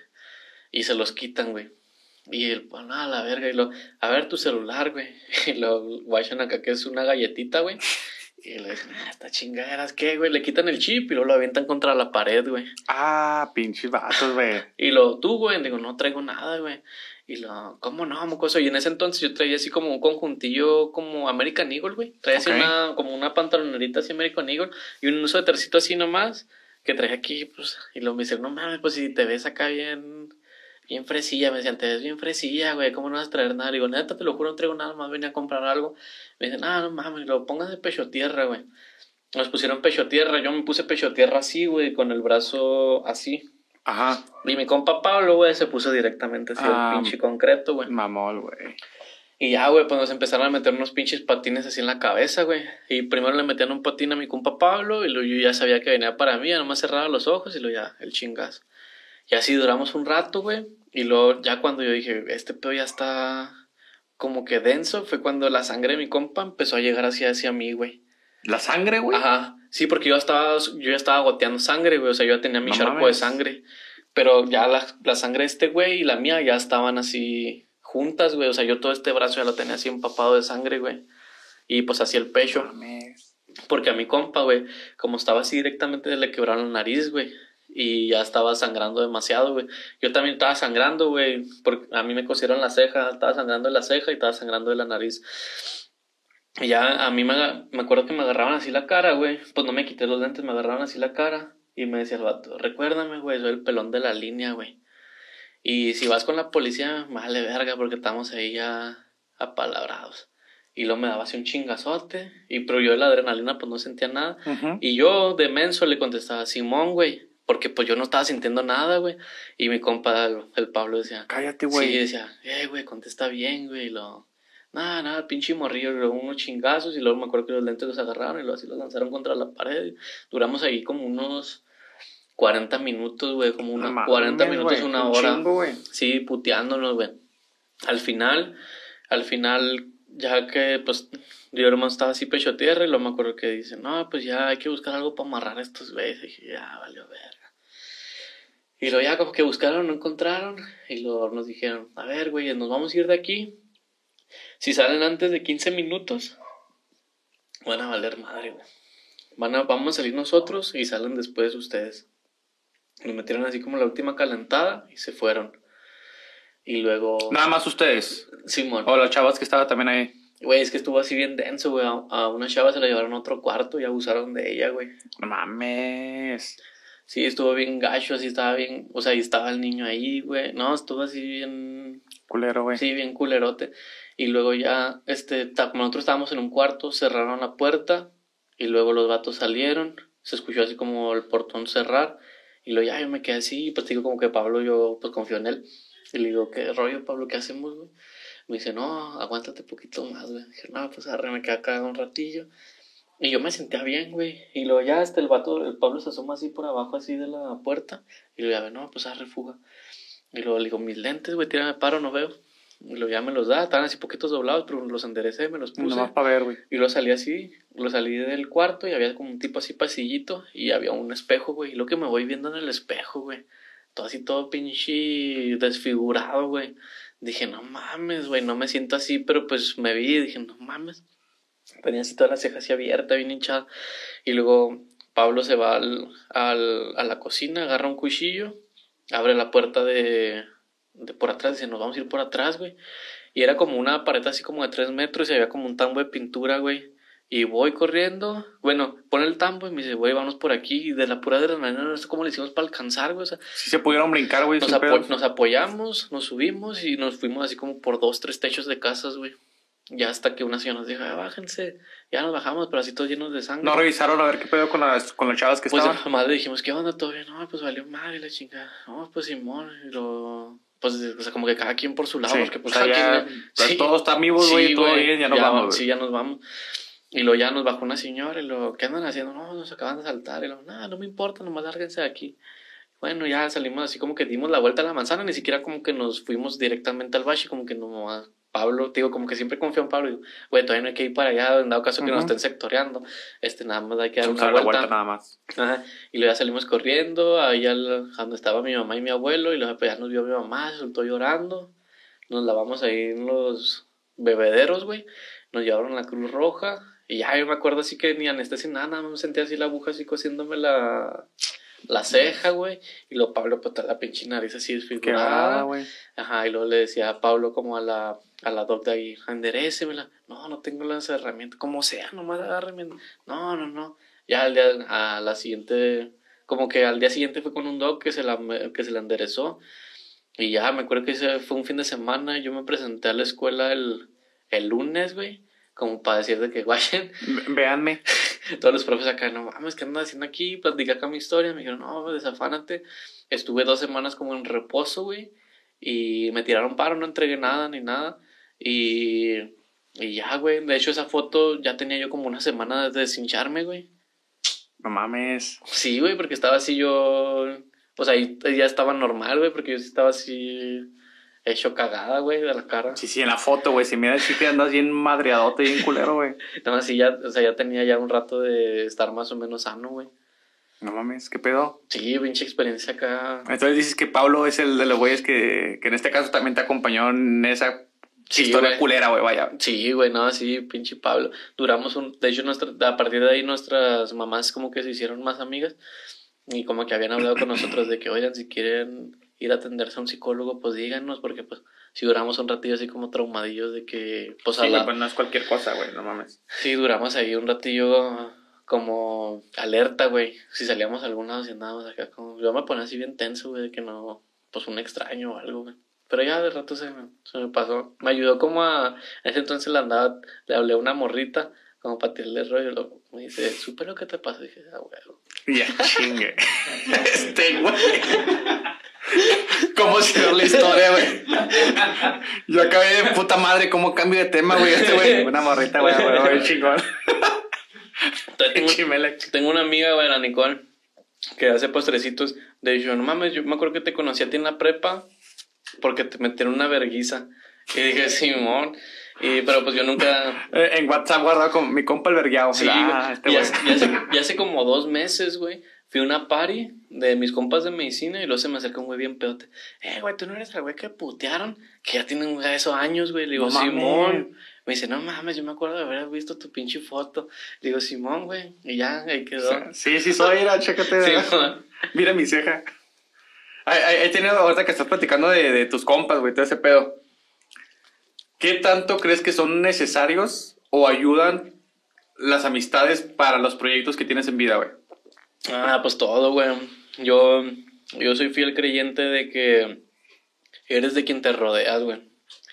Y se los quitan, güey. Y el, pues, nada, la verga. Y lo, a ver tu celular, güey. Y lo guachan acá que es una galletita, güey. Y le dicen, ah, esta chingaderas, ¿qué, güey? Le quitan el chip y luego lo avientan contra la pared, güey. Ah, pinches vatos, güey. Y lo, tú, güey, digo, no traigo nada, güey. Y lo, ¿cómo no, mocoso? Y en ese entonces yo traía así como un conjuntillo como American Eagle, güey. Traía así Ok. una, como una pantalonerita así American Eagle y un suétercito así nomás que traía aquí, pues. Y lo me dice, no mames, pues si te ves acá bien, bien fresilla. Me decían, te ves bien fresilla, güey, ¿cómo no vas a traer nada? Le digo, neta, te lo juro, no traigo nada más, venía a comprar algo. Me dicen, ah, no mames, lo pongas de pecho tierra, güey. Nos pusieron pecho tierra, yo me puse pecho tierra así, güey, con el brazo así. Ajá. Y mi compa Pablo, güey, se puso directamente así Ah, el pinche concreto, güey. Mamol, güey. Y ya, güey, pues nos empezaron a meter unos pinches patines así en la cabeza, güey. Y primero le metían un patín a mi compa Pablo y luego yo ya sabía que venía para mí, ya nomás cerraba los ojos y luego ya, el chingazo. Y así duramos un rato, güey. Y luego ya cuando yo dije, este pedo ya está como que denso, fue cuando la sangre de mi compa empezó a llegar así hacia mí, güey. ¿La sangre, güey? Ajá, sí, porque yo estaba, yo ya estaba goteando sangre, güey, o sea, yo ya tenía mi No charco de mames. sangre, pero ya la, la sangre de este güey y la mía ya estaban así juntas, güey, o sea, yo todo este brazo ya lo tenía así empapado de sangre, güey, y pues así el pecho, Mames. porque a mi compa, güey, como estaba así directamente le quebraron la nariz, güey, y ya estaba sangrando demasiado, güey, yo también estaba sangrando, güey, porque a mí me cosieron la ceja, estaba sangrando de la ceja y estaba sangrando de la nariz. Y ya a mí me, aga- me acuerdo que me agarraban así la cara, güey. Pues no me quité los lentes, me agarraban así la cara. Y me decía el vato, recuérdame, güey, soy el pelón de la línea, güey. Y si vas con la policía, vale verga, porque estamos ahí ya apalabrados. Y luego me daba así un chingazote, y pero yo de la adrenalina pues no sentía nada. Ujú. Y yo de menso le contestaba, Simón, güey, porque pues yo no estaba sintiendo nada, güey. Y mi compa, el, el Pablo, decía, Cállate, güey. sí, decía, eh, güey, contesta bien, güey, y lo... Nada, nada, pinche morrillo, y luego unos chingazos, y luego me acuerdo que los lentes los agarraron, y luego así los lanzaron contra la pared. Y duramos ahí como unos cuarenta minutos, güey, como una, No mames, cuarenta minutos, güey, una un hora. chingo, güey. Sí, puteándonos, güey. Al final, al final, ya que, pues, yo hermano estaba así pecho tierra, y luego me acuerdo que dice, no, pues ya hay que buscar algo para amarrar a estos güeyes. Y dije, ya, valió verga. Y luego ya como que buscaron, no encontraron, y luego nos dijeron, a ver, güey, nos vamos a ir de aquí. Si salen antes de quince minutos, van a valer madre, güey. Van a, vamos a salir nosotros y salen después ustedes. Nos metieron así como la última calentada y se fueron. Y luego... Nada más ustedes. Simón. O las chavas que estaba también ahí. Güey, es que estuvo así bien denso, güey. A, a una chava se la llevaron a otro cuarto y abusaron de ella, güey. No mames. Sí, estuvo bien gacho, así estaba bien... O sea, y estaba el niño ahí, güey. No, estuvo así bien... Culero, güey. Sí, bien culerote. Y luego ya, este, ta- como nosotros estábamos en un cuarto, cerraron la puerta y luego los vatos salieron. Se escuchó así como el portón cerrar y luego ya yo me quedé así, pues digo como que Pablo, yo pues confío en él. Y le digo, ¿qué rollo, Pablo? ¿Qué hacemos, güey? Me dice, no, aguántate poquito más, güey. Dije, no, pues arre, me quedé acá un ratillo. Y yo me sentía bien, güey. Y luego ya hasta el vato, el Pablo se asoma así por abajo, así de la puerta. Y luego ya ve, no, pues arre, fuga. Y luego le digo, mis lentes, güey, tírame paro, no veo. Y luego ya me los da, estaban así poquitos doblados, pero los enderecé, me los puse. Nomás para ver, güey. Y luego salí así, lo salí del cuarto y había como un tipo así pasillito y había un espejo, güey. Y lo que me voy viendo en el espejo, güey. Todo así, todo pinche desfigurado, güey. Dije, no mames, güey, no me siento así, pero pues me vi y dije, no mames. Tenía así todas las cejas así abiertas, bien hinchada. Y luego Pablo se va al, al, a la cocina, agarra un cuchillo, abre la puerta de, de por atrás, dice, nos vamos a ir por atrás, güey. Y era como una pared así como de tres metros y había como un tambo de pintura, güey. Y voy corriendo, bueno, pone el tambo y me dice, güey, vamos por aquí. Y de la pura adrenalina, no sé cómo le hicimos para alcanzar, güey. O sea, Si se pudieron brincar, güey. nos, sin apo- pedos. nos apoyamos, nos subimos y nos fuimos así como por dos, tres techos de casas, güey. Ya hasta que una señora nos dijo, "Ah, bájense". Ya nos bajamos, pero así todos llenos de sangre. No revisaron a ver qué pedo con las, con las chavas que Pues estaban. nomás le dijimos, ¿qué onda? ¿Todo bien? No, pues valió madre la chingada. No, pues Simón. Y lo... Pues, o sea, como que cada quien por su lado, Sí, porque pues o sea, cada ya, quien... ya todos están vivos, güey, todo bien, ya nos vamos, güey. Sí, ya nos vamos. Y luego ya nos bajó una señora y lo, ¿qué andan haciendo? No, nos acaban de saltar. Y lo, nada, no me importa, nomás lárguense de aquí. Bueno, ya salimos así como que dimos la vuelta a la manzana, ni siquiera como que nos fuimos directamente al bache, como que no, Pablo, digo, como que siempre confío en Pablo, digo, güey, todavía no hay que ir para allá, en dado caso que Ujú. nos estén sectoreando, este, nada más hay que dar Vamos una a dar la vuelta. vuelta nada más. Ajá. Y luego ya salimos corriendo, ahí al, a donde estaba mi mamá y mi abuelo, y luego pues, ya nos vio mi mamá, se soltó llorando, nos lavamos ahí en los bebederos, güey, nos llevaron a la Cruz Roja, y ya yo me acuerdo así que ni anestesia ni nada, nada más me sentía así la aguja así cosiéndome la, la ceja, güey, y luego Pablo pues toda la pinche nariz así Qué desfigurada. nada, güey. Ajá, y luego le decía a Pablo como a la, a la doc de ahí, enderécemela. No, no tengo las herramientas, como sea, nomás agárreme. No, no, no. Ya al día, a la siguiente, como que al día siguiente fue con un doc que se la, que se la enderezó. Y ya me acuerdo que ese fue un fin de semana, yo me presenté a la escuela el, el lunes, güey, como para decir de que vayan. Ve- Véanme. Todos los profes acá, no mames, ¿qué andas haciendo aquí? Platica acá mi historia. Me dijeron, no, desafánate. Estuve dos semanas como en reposo, güey. Y me tiraron paro, no entregué nada ni nada. Y, y ya, güey. De hecho, esa foto ya tenía yo como una semana de deshincharme, güey. No mames. Sí, güey, porque estaba así yo. O sea, ahí ya estaba normal, güey, porque yo sí estaba así hecho cagada, güey, de la cara. Sí, sí, en la foto, güey. Si miras, sí que andas bien madreadote, bien culero, güey. No, así ya, o sea, ya tenía ya un rato de estar más o menos sano, güey. No mames, ¿qué pedo? Sí, pinche experiencia acá. Entonces dices que Pablo es el de los güeyes que, que en este caso también te acompañó en esa Sí, historia güey. culera, güey, vaya. Sí, güey, no, sí, pinche Pablo. Duramos un... De hecho, nuestra, a partir de ahí nuestras mamás como que se hicieron más amigas y como que habían hablado con nosotros de que, oigan, si quieren ir a atenderse a un psicólogo, pues díganos, porque pues si duramos un ratillo así como traumadillos de que, pues a Sí, la... güey, pues no es cualquier cosa, güey, no mames. Sí, duramos ahí un ratillo como alerta, güey. Si salíamos a algún lado, si andábamos acá como... Yo me ponía así bien tenso, güey, de que no... pues un extraño o algo, güey. Pero ya de rato se me, se me pasó. Me ayudó como a... En ese entonces le andaba... Le hablé a una morrita como para tirarle el rollo. Lo, me dice, ¿supe lo que te pasó? Y dije, ah, güey. Ya chingue. Este, güey. ¿Cómo se dio la historia, güey? Yo acabé de puta madre, ¿cómo cambio de tema, güey? Este, güey, una morrita, güey, güey, güey, chingón. Tengo, tengo una amiga, güey, la Nicole, que hace postrecitos. De hecho, no mames, yo me acuerdo que te conocí a ti en la prepa porque te metieron una verguiza. Y dije, Simón. Y, pero pues yo nunca... Eh, en WhatsApp guardado con mi compa el vergueado. Sí, ah, güey. este y, güey. hace, y, hace, y hace como dos meses, güey, fui a una party de mis compas de medicina y luego se me acerca un güey bien pedote. Eh, güey, ¿tú no eres el güey que putearon? Que ya tienen esos años, güey. Le digo, No Simón. mames. Me dice, no mames, yo me acuerdo de haber visto tu pinche foto. Le digo, Simón, güey. Y ya, ahí quedó. Sí, sí soy, mira, chécate. Simón. Mira mi ceja. He tenido ahorita que estás platicando de, de tus compas, güey, todo ese pedo. ¿Qué tanto crees que son necesarios o ayudan las amistades para los proyectos que tienes en vida, güey? Ah, pues todo, güey. Yo, yo soy fiel creyente de que eres de quien te rodeas, güey.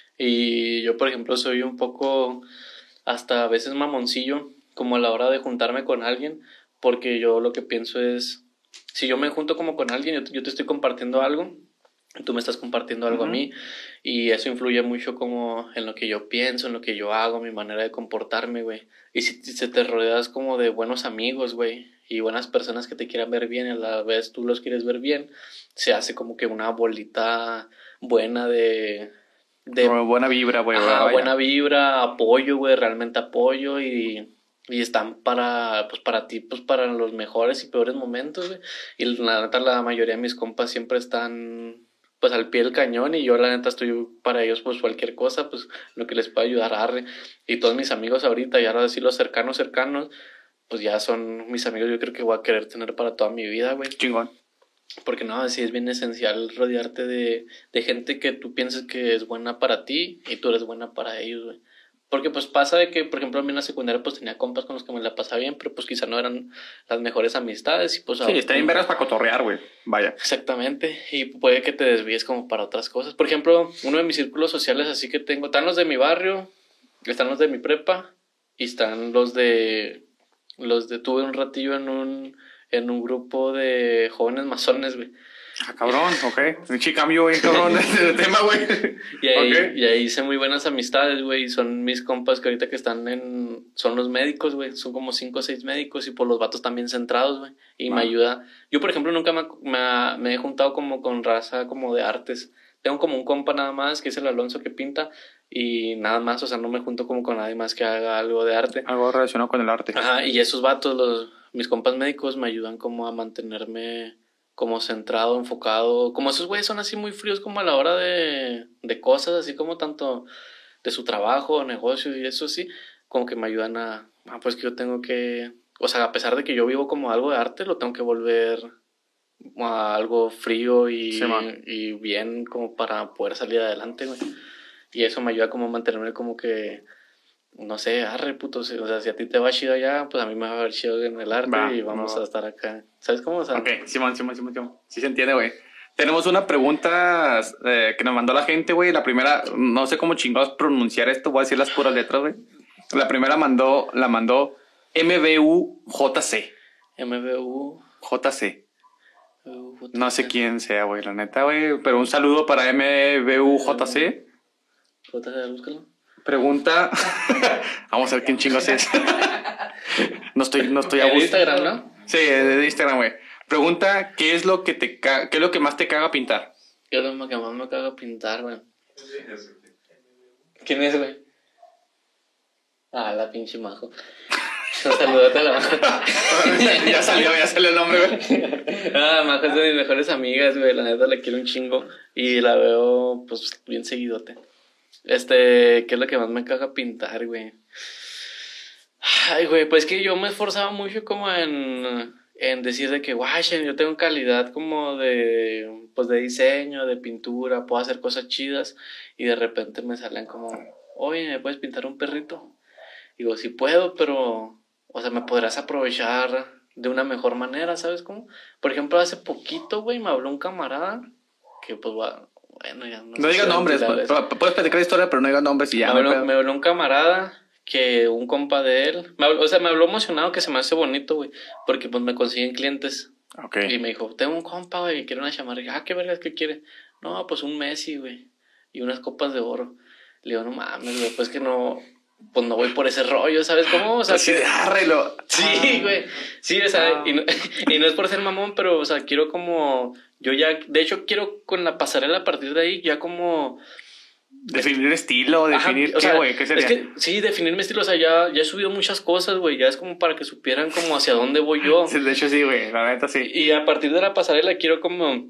Y yo, por ejemplo, soy un poco hasta a veces mamoncillo, como a la hora de juntarme con alguien, porque yo lo que pienso es, si yo me junto como con alguien, yo te, yo te estoy compartiendo algo, tú me estás compartiendo algo uh-huh. a mí, y eso influye mucho como en lo que yo pienso, en lo que yo hago, mi manera de comportarme, güey. Y si, si te rodeas como de buenos amigos, güey, y buenas personas que te quieran ver bien y a la vez tú los quieres ver bien, se hace como que una bolita buena de... de como buena vibra, güey. Ajá, buena vibra, apoyo, güey, realmente apoyo y... Y están para, pues para ti, pues para los mejores y peores momentos, güey. Y la neta, la mayoría de mis compas siempre están, pues al pie del cañón. Y yo, la neta, estoy para ellos, pues cualquier cosa, pues lo que les pueda ayudar a arre. Y todos mis amigos ahorita, y ahora sí los cercanos, cercanos, pues ya son mis amigos, yo creo que voy a querer tener para toda mi vida, güey. Chingón. Porque no, sí es bien esencial rodearte de, de gente que tú pienses que es buena para ti y tú eres buena para ellos, güey. Porque pues pasa de que, por ejemplo, a mí en la secundaria pues tenía compas con los que me la pasaba bien, pero pues quizá no eran las mejores amistades y pues... Sí, está bien vergas para cotorrear, güey, vaya. Exactamente, y puede que te desvíes como para otras cosas. Por ejemplo, uno de mis círculos sociales así que tengo, están los de mi barrio, están los de mi prepa y están los de... Los de... Tuve un ratillo en un, en un grupo de jóvenes masones, güey. Ah, cabrón, ok. Un chicambio, güey, cabrón, de tema, güey. Y ahí, okay. y ahí hice muy buenas amistades, güey. Son mis compas que ahorita que están en... Son los médicos, güey. Son como cinco o seis médicos y por los vatos también centrados, güey. Y ah. me ayuda... Yo, por ejemplo, nunca me, me, me he juntado como con raza como de artes. Tengo como un compa nada más, que es el Alonso que pinta. Y nada más, o sea, no me junto como con nadie más que haga algo de arte. Algo relacionado con el arte. Ajá, y esos vatos, los mis compas médicos, me ayudan como a mantenerme... como centrado, enfocado, como esos güeyes son así muy fríos como a la hora de, de cosas, así como tanto de su trabajo, negocios y eso sí, como que me ayudan a, ah, pues que yo tengo que, o sea, a pesar de que yo vivo como algo de arte, lo tengo que volver a algo frío y, sí, y bien como para poder salir adelante, güey. Y eso me ayuda como a mantenerme como que... No sé, arre, puto, o sea, si a ti te va chido allá, pues a mí me va a ver chido en el arte va, y vamos no. a estar acá. ¿Sabes cómo? O sea, ok, Simón, Simón, Simón, Simón. Sí se entiende, güey. Tenemos una pregunta eh, que nos mandó la gente, güey. La primera, no sé cómo chingados pronunciar esto, voy a decir las puras letras, güey. La primera mandó, la mandó M B U J C. M B U J C. No sé quién sea, güey, la neta, güey. Pero un saludo para M B U J C. J C, búscalo. Pregunta. Vamos a ver quién chingos es. No estoy, no estoy a gusto. ¿De Instagram, no? Sí, de Instagram, güey. Pregunta, ¿qué es lo que te ca... qué es lo que más te caga pintar? ¿Qué es lo que más me caga pintar, güey? ¿Quién es, güey? Ah, la pinche Majo. Saludate a la Majo. Ya salió, ya salió el nombre, güey. Ah, Majo es de mis mejores amigas, güey. La neta la quiero un chingo. Y la veo, pues, bien seguidote. Este, ¿qué es lo que más me caga pintar, güey? Ay, güey, pues que yo me esforzaba mucho como en, en decir de que, guay, yo tengo calidad como de, pues de diseño, de pintura, puedo hacer cosas chidas, y de repente me salen como, oye, ¿me puedes pintar un perrito? Digo, sí puedo, pero, o sea, me podrás aprovechar de una mejor manera, ¿sabes cómo? Por ejemplo, hace poquito, güey, me habló un camarada que pues, va- bueno, ya no No sé digas si nombres, ventilar eso. pu- pu- puedes platicar la historia, pero no digas nombres y ya. Me no hay habló, pedo. me habló un camarada que un compa de él, me habló- o sea, me habló emocionado que se me hace bonito, güey, porque pues me consiguen clientes. Ok. Y me dijo, tengo un compa, güey, que quiere una chamarra. Y dije, ah, ¿qué vergas que quiere? No, pues un Messi, güey, y unas copas de oro. Le digo, no mames, güey, pues que no, pues no voy por ese rollo, ¿sabes cómo? O sea, Así que... de, árrelo. Sí, güey, sí, o sea, Ah. y no, y no es por ser mamón, pero, o sea, quiero como, yo ya, de hecho, quiero con la pasarela a partir de ahí, ya como... Definir estilo, Ajá, definir o qué, sea, güey, qué sería. es que sí, definir mi estilo, o sea, ya, ya he subido muchas cosas, güey, ya es como para que supieran como hacia dónde voy yo. Sí, de hecho, sí, güey, la neta sí. Y a partir de la pasarela quiero como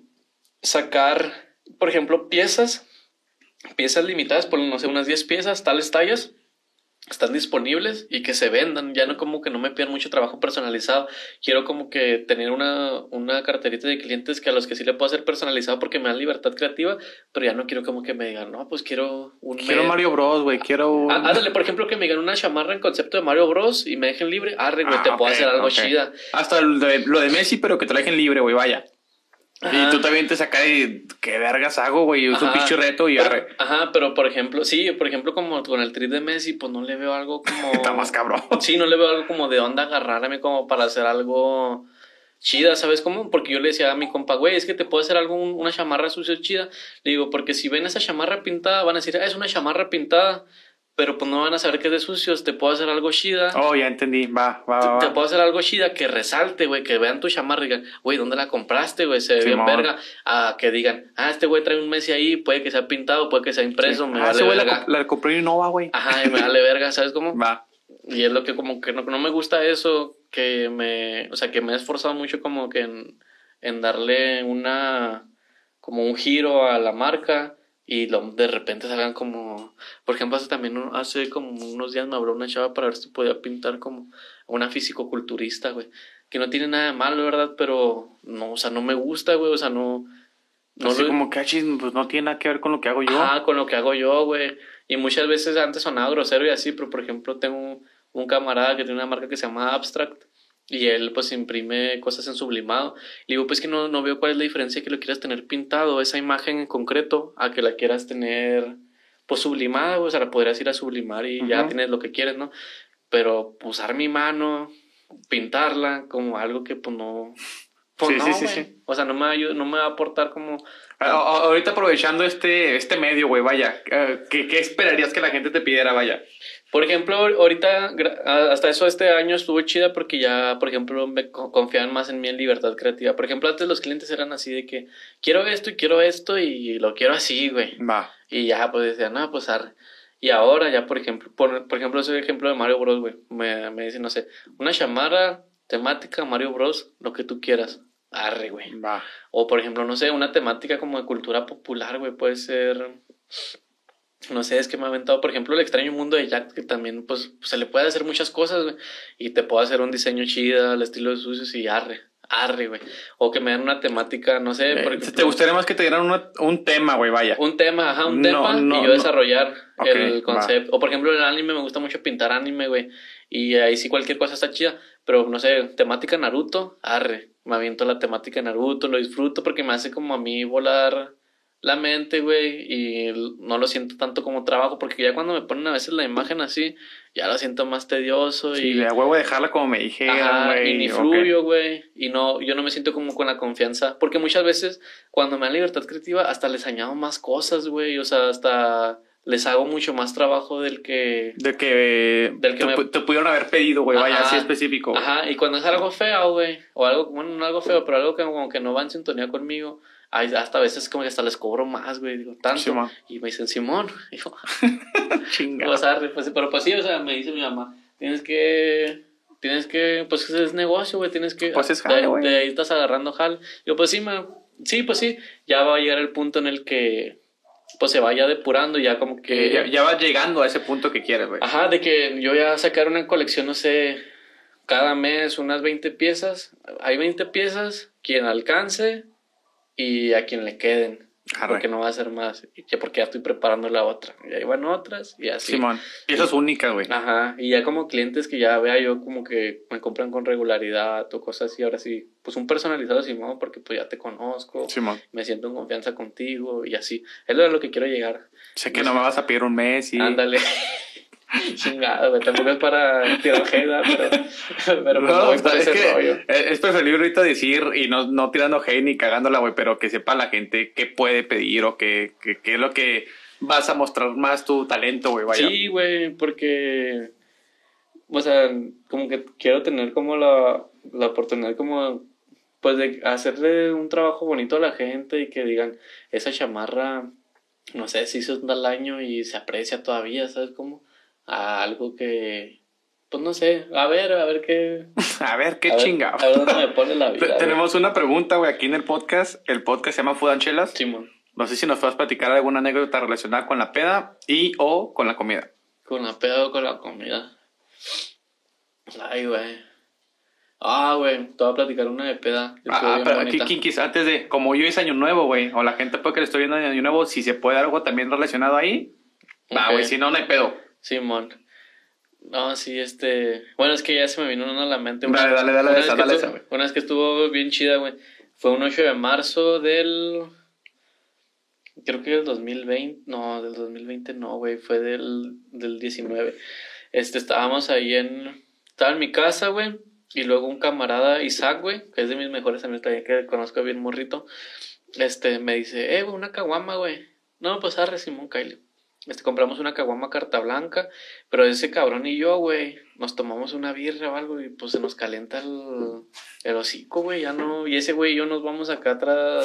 sacar, por ejemplo, piezas, piezas limitadas, por no sé, unas diez piezas, tales tallas, están disponibles y que se vendan, ya no como que no me pidan mucho trabajo personalizado. Quiero como que tener una, una carterita de clientes que a los que sí le puedo hacer personalizado porque me dan libertad creativa, pero ya no quiero como que me digan, no, pues quiero un... Quiero me- Mario Bros, güey, quiero un... Ah, ándale, por ejemplo, que me digan una chamarra en concepto de Mario Bros y me dejen libre. Arre, güey, Ah, te puedo ok, hacer algo ok. chida. Hasta lo de, lo de Messi, pero que te la dejen libre, güey, vaya. Ajá. Y tú también te sacas y qué vergas hago, güey. Es un Ajá. pinche reto y Pero- arre. Ajá, pero por ejemplo, sí, por ejemplo, como con el trip de Messi, pues no le veo algo como. Está más cabrón. Sí, no le veo algo como de onda agarrarme como para hacer algo chida, ¿sabes cómo? Porque yo le decía a mi compa, güey, es que te puedo hacer algo, un- una chamarra sucia chida. Le digo, porque si ven esa chamarra pintada, van a decir, ah, es una chamarra pintada, pero pues no van a saber que es de sucios, te puedo hacer algo chida. Oh, ya entendí. Va, va, Te, va. te va. puedo hacer algo chida que resalte, güey, que vean tu chamarra y digan, güey, ¿dónde la compraste, güey? Se ve bien Simón. verga. A que digan, ah, este güey trae un Messi ahí, puede que sea pintado, puede que sea impreso, me Ah, vale ese güey la, verga. comp- la compré en Innova, güey. Ajá, y me vale verga, ¿sabes cómo? Va. Y es lo que como que no, no me gusta eso, que me, o sea, que me he esforzado mucho como que en, en darle una, como un giro a la marca y lo, de repente salgan como, por ejemplo, hace también, un- hace como unos días me habló una chava para ver si podía pintar como una fisicoculturista, güey, que no tiene nada de malo, ¿verdad? Pero no, o sea, no me gusta, güey, o sea, no, no Así lo- como que, ah, chis, pues no tiene nada que ver con lo que hago yo. Ajá, con lo que hago yo, güey. Y muchas veces antes sonaba grosero y así, pero por ejemplo tengo un, un camarada que tiene una marca que se llama Abstract y él pues imprime cosas en sublimado. Le digo, pues que no, no veo cuál es la diferencia que lo quieras tener pintado, esa imagen en concreto, a que la quieras tener pues sublimada, güey. O sea, la podrías ir a sublimar y ya Ujú. tienes lo que quieres, ¿no? Pero usar mi mano, pintarla como algo que pues no... Pues Sí, no, sí, sí, güey. sí. O sea, no me, ayuda, no me va a aportar como... A- a- ahorita aprovechando este, este medio, güey, vaya. eh, ¿qué, ¿Qué esperarías que la gente te pidiera, vaya? Por ejemplo, ahorita, gra- a- hasta eso este año estuvo chida porque ya, por ejemplo, me co- confiaban más en mí en libertad creativa. Por ejemplo, antes los clientes eran así de que quiero esto y quiero esto y lo quiero así, güey. Va. Y ya, pues decían, no, pues arre. Y ahora ya, por ejemplo, por, por ejemplo, ese ejemplo de Mario Bros, güey. Me, me dicen, no sé, una chamarra temática Mario Bros, lo que tú quieras. Arre, güey. Va. O, por ejemplo, no sé, una temática como de cultura popular, güey. Puede ser... No sé, es que me ha aventado, por ejemplo, el extraño mundo de Jack, que también, pues, se le puede hacer muchas cosas, güey. Y te puedo hacer un diseño chido al estilo de Sucios y arre, arre, güey. O que me den una temática, no sé, Eh, por ¿Te ejemplo, gustaría más que te dieran una- un tema, güey, vaya? un tema, ajá, un No, tema no, y yo no. desarrollar Ok, el va. concepto. O, por ejemplo, el anime, me gusta mucho pintar anime, güey. Y ahí sí cualquier cosa está chida. Pero, no sé, temática Naruto, arre. Me aviento la temática Naruto, lo disfruto porque me hace como a mí volar la mente, güey, y no lo siento tanto como trabajo, porque ya cuando me ponen a veces la imagen así, ya lo siento más tedioso Sí, y... de a huevo dejarla como me dijeron, Ajá, güey. y ni ok. fluyo, güey, y no, yo no me siento como con la confianza, porque muchas veces cuando me dan libertad creativa hasta les añado más cosas, güey, o sea, hasta les hago mucho más trabajo del que... De que, Del que te, me- pu- te pudieron haber pedido, güey, vaya, Ajá. así específico. güey. Ajá, y cuando es algo feo, güey, o algo, bueno, no algo feo, pero algo que como que no va en sintonía conmigo, ay, hasta a veces como que hasta les cobro más, güey, digo, tanto, Simón. y me dicen, Simón, y yo, Chinga. o sea, pues, pero pues sí, o sea, me dice mi mamá, tienes que, tienes que, pues es negocio, güey, tienes que, Pues es de, jale, güey. de ahí estás agarrando jal. Yo, pues sí, ma, sí, pues sí, ya va a llegar el punto en el que, pues se vaya depurando y ya como que... Que ya, ya vas llegando a ese punto que quieres, güey. Ajá, de que yo ya sacar una colección, no sé, cada mes unas veinte piezas. Hay veinte piezas, quien alcance y a quien le queden. Arre. porque no va a ser más, y que porque ya estoy preparando la otra, y ahí van otras, y así. Simón. Y eso es única, güey. Ajá, y ya como clientes que ya vea yo como que me compran con regularidad o cosas así, ahora sí, pues un personalizado Simón, porque pues ya te conozco, Simón. me siento en confianza contigo y así, es lo a lo que quiero llegar. Sé que no me vas a pedir un mes y... Ándale. Chingado, güey, tampoco es para tirar hate, ¿verdad? pero, pero pues no, No, voy por es ese que rollo. es es preferible ahorita decir y no, no tirando hate ni cagándola, güey, pero que sepa la gente qué puede pedir o qué, qué, qué es lo que vas a mostrar más tu talento, güey, vaya. Sí, güey, porque, o sea, como que quiero tener como la, la oportunidad como, pues de hacerle un trabajo bonito a la gente y que digan, esa chamarra, no sé, se hizo tal año y se aprecia todavía, ¿sabes cómo? A algo que, pues no sé, a ver, a ver qué... A ver, qué a ver, chingado. A ver dónde me pone la vida. Te- Tenemos una pregunta, güey, aquí en el podcast. El podcast se llama Food and Chelas. Simón, No sé si nos puedes platicar alguna anécdota relacionada con la peda y o con la comida. con la peda o con la comida. Ay, güey. Ah, güey, te voy a platicar una de peda. que estuvo Ah, bien pero aquí, bonita. Kinkis, antes de, como yo hice Año Nuevo, güey, o la gente puede que le estoy viendo en Año Nuevo, si se puede algo también relacionado ahí, va, Ok. güey, si no, no hay pedo. Simón. No, sí, este... Bueno, es que ya se me vino una a la mente. Dale, dale, dale una esa, vez que dale estuvo- esa, güey. Una vez que estuvo bien chida, güey. Fue un ocho de marzo del... Creo que del dos mil veinte. No, del dos mil veinte no, güey. Fue del, del diecinueve. Este, estábamos ahí en... Estaba en mi casa, güey. Y luego un camarada, Isaac, güey, que es de mis mejores amigos también, que conozco bien morrito. Este, me dice, eh, güey, una caguama, güey. No, pues arre, Simón, Kyle. Este, compramos una caguama carta blanca, pero ese cabrón y yo, güey, nos tomamos una birra o algo y pues se nos calienta el, el hocico, güey, ya no, y ese güey y yo nos vamos acá atrás,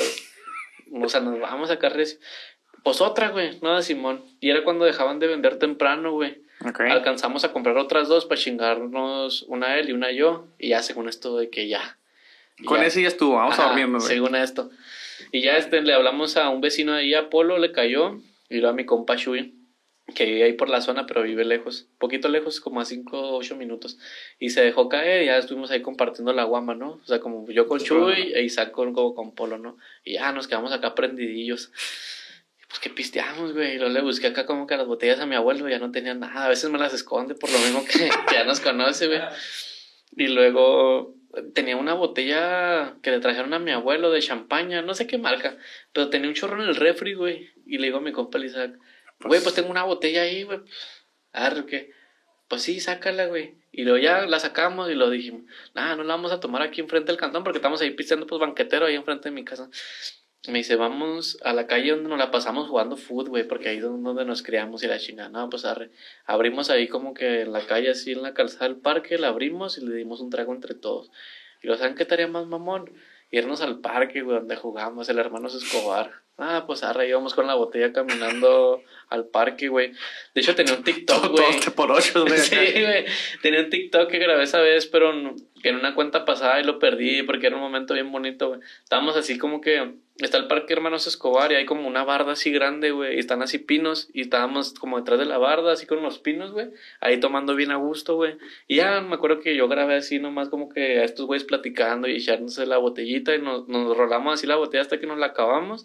o sea, nos vamos acá recio. Pues otra, güey, nada, Simón. Y era cuando dejaban de vender temprano, güey. Ok. Alcanzamos a comprar otras dos para chingarnos, una él y una yo, y ya según esto de que ya. Con ya. ese ya estuvo, vamos a Ajá, dormirnos, güey. según esto. Y ya este, le hablamos a un vecino ahí, Apolo, le cayó. Y luego a mi compa Shui, que vive ahí por la zona, pero vive lejos. Poquito lejos, como a cinco o ocho minutos. Y se dejó caer y ya estuvimos ahí compartiendo la guama, ¿no? O sea, como yo con Shui e Isaac con, con, con Polo, ¿no? Y ya nos quedamos acá prendidillos. Pues que pisteamos, güey. Y luego le busqué acá como que las botellas a mi abuelo, ya no tenía nada. A veces me las esconde por lo mismo que, que ya nos conoce, güey. Y luego tenía una botella que le trajeron a mi abuelo de champaña, no sé qué marca, pero tenía un chorro en el refri, güey. Y le digo a mi compa el Isaac, güey, pues tengo una botella ahí, güey. Arre, ¿qué? Pues sí, sácala, güey. Y luego ya la sacamos y lo dijimos, nah, no la vamos a tomar aquí enfrente del cantón porque estamos ahí pisteando, pues banquetero ahí enfrente de mi casa. Me dice, vamos a la calle donde nos la pasamos jugando fútbol, güey, porque ahí es donde nos criamos y la chingada. No, pues arre. Abrimos ahí como que en la calle, así en la calzada del parque, la abrimos y le dimos un trago entre todos. Y lo saben que estaría más mamón, irnos al parque, güey, donde jugamos, el hermano Escobar. Ah, pues arre, íbamos con la botella caminando al parque, güey. De hecho, tenía un TikTok, güey. Todos por ocho, güey. Sí, güey. Tenía un TikTok que grabé esa vez, pero no- que en una cuenta pasada y lo perdí porque era un momento bien bonito, güey. Estábamos así como que... Está el parque Hermanos Escobar y hay como una barda así grande, güey. Y están así pinos y estábamos como detrás de la barda, así con los pinos, güey. Ahí tomando bien a gusto, güey. Y ya me acuerdo que yo grabé así nomás como que a estos güeyes platicando y echándose la botellita y nos, nos rolamos así la botella hasta que nos la acabamos.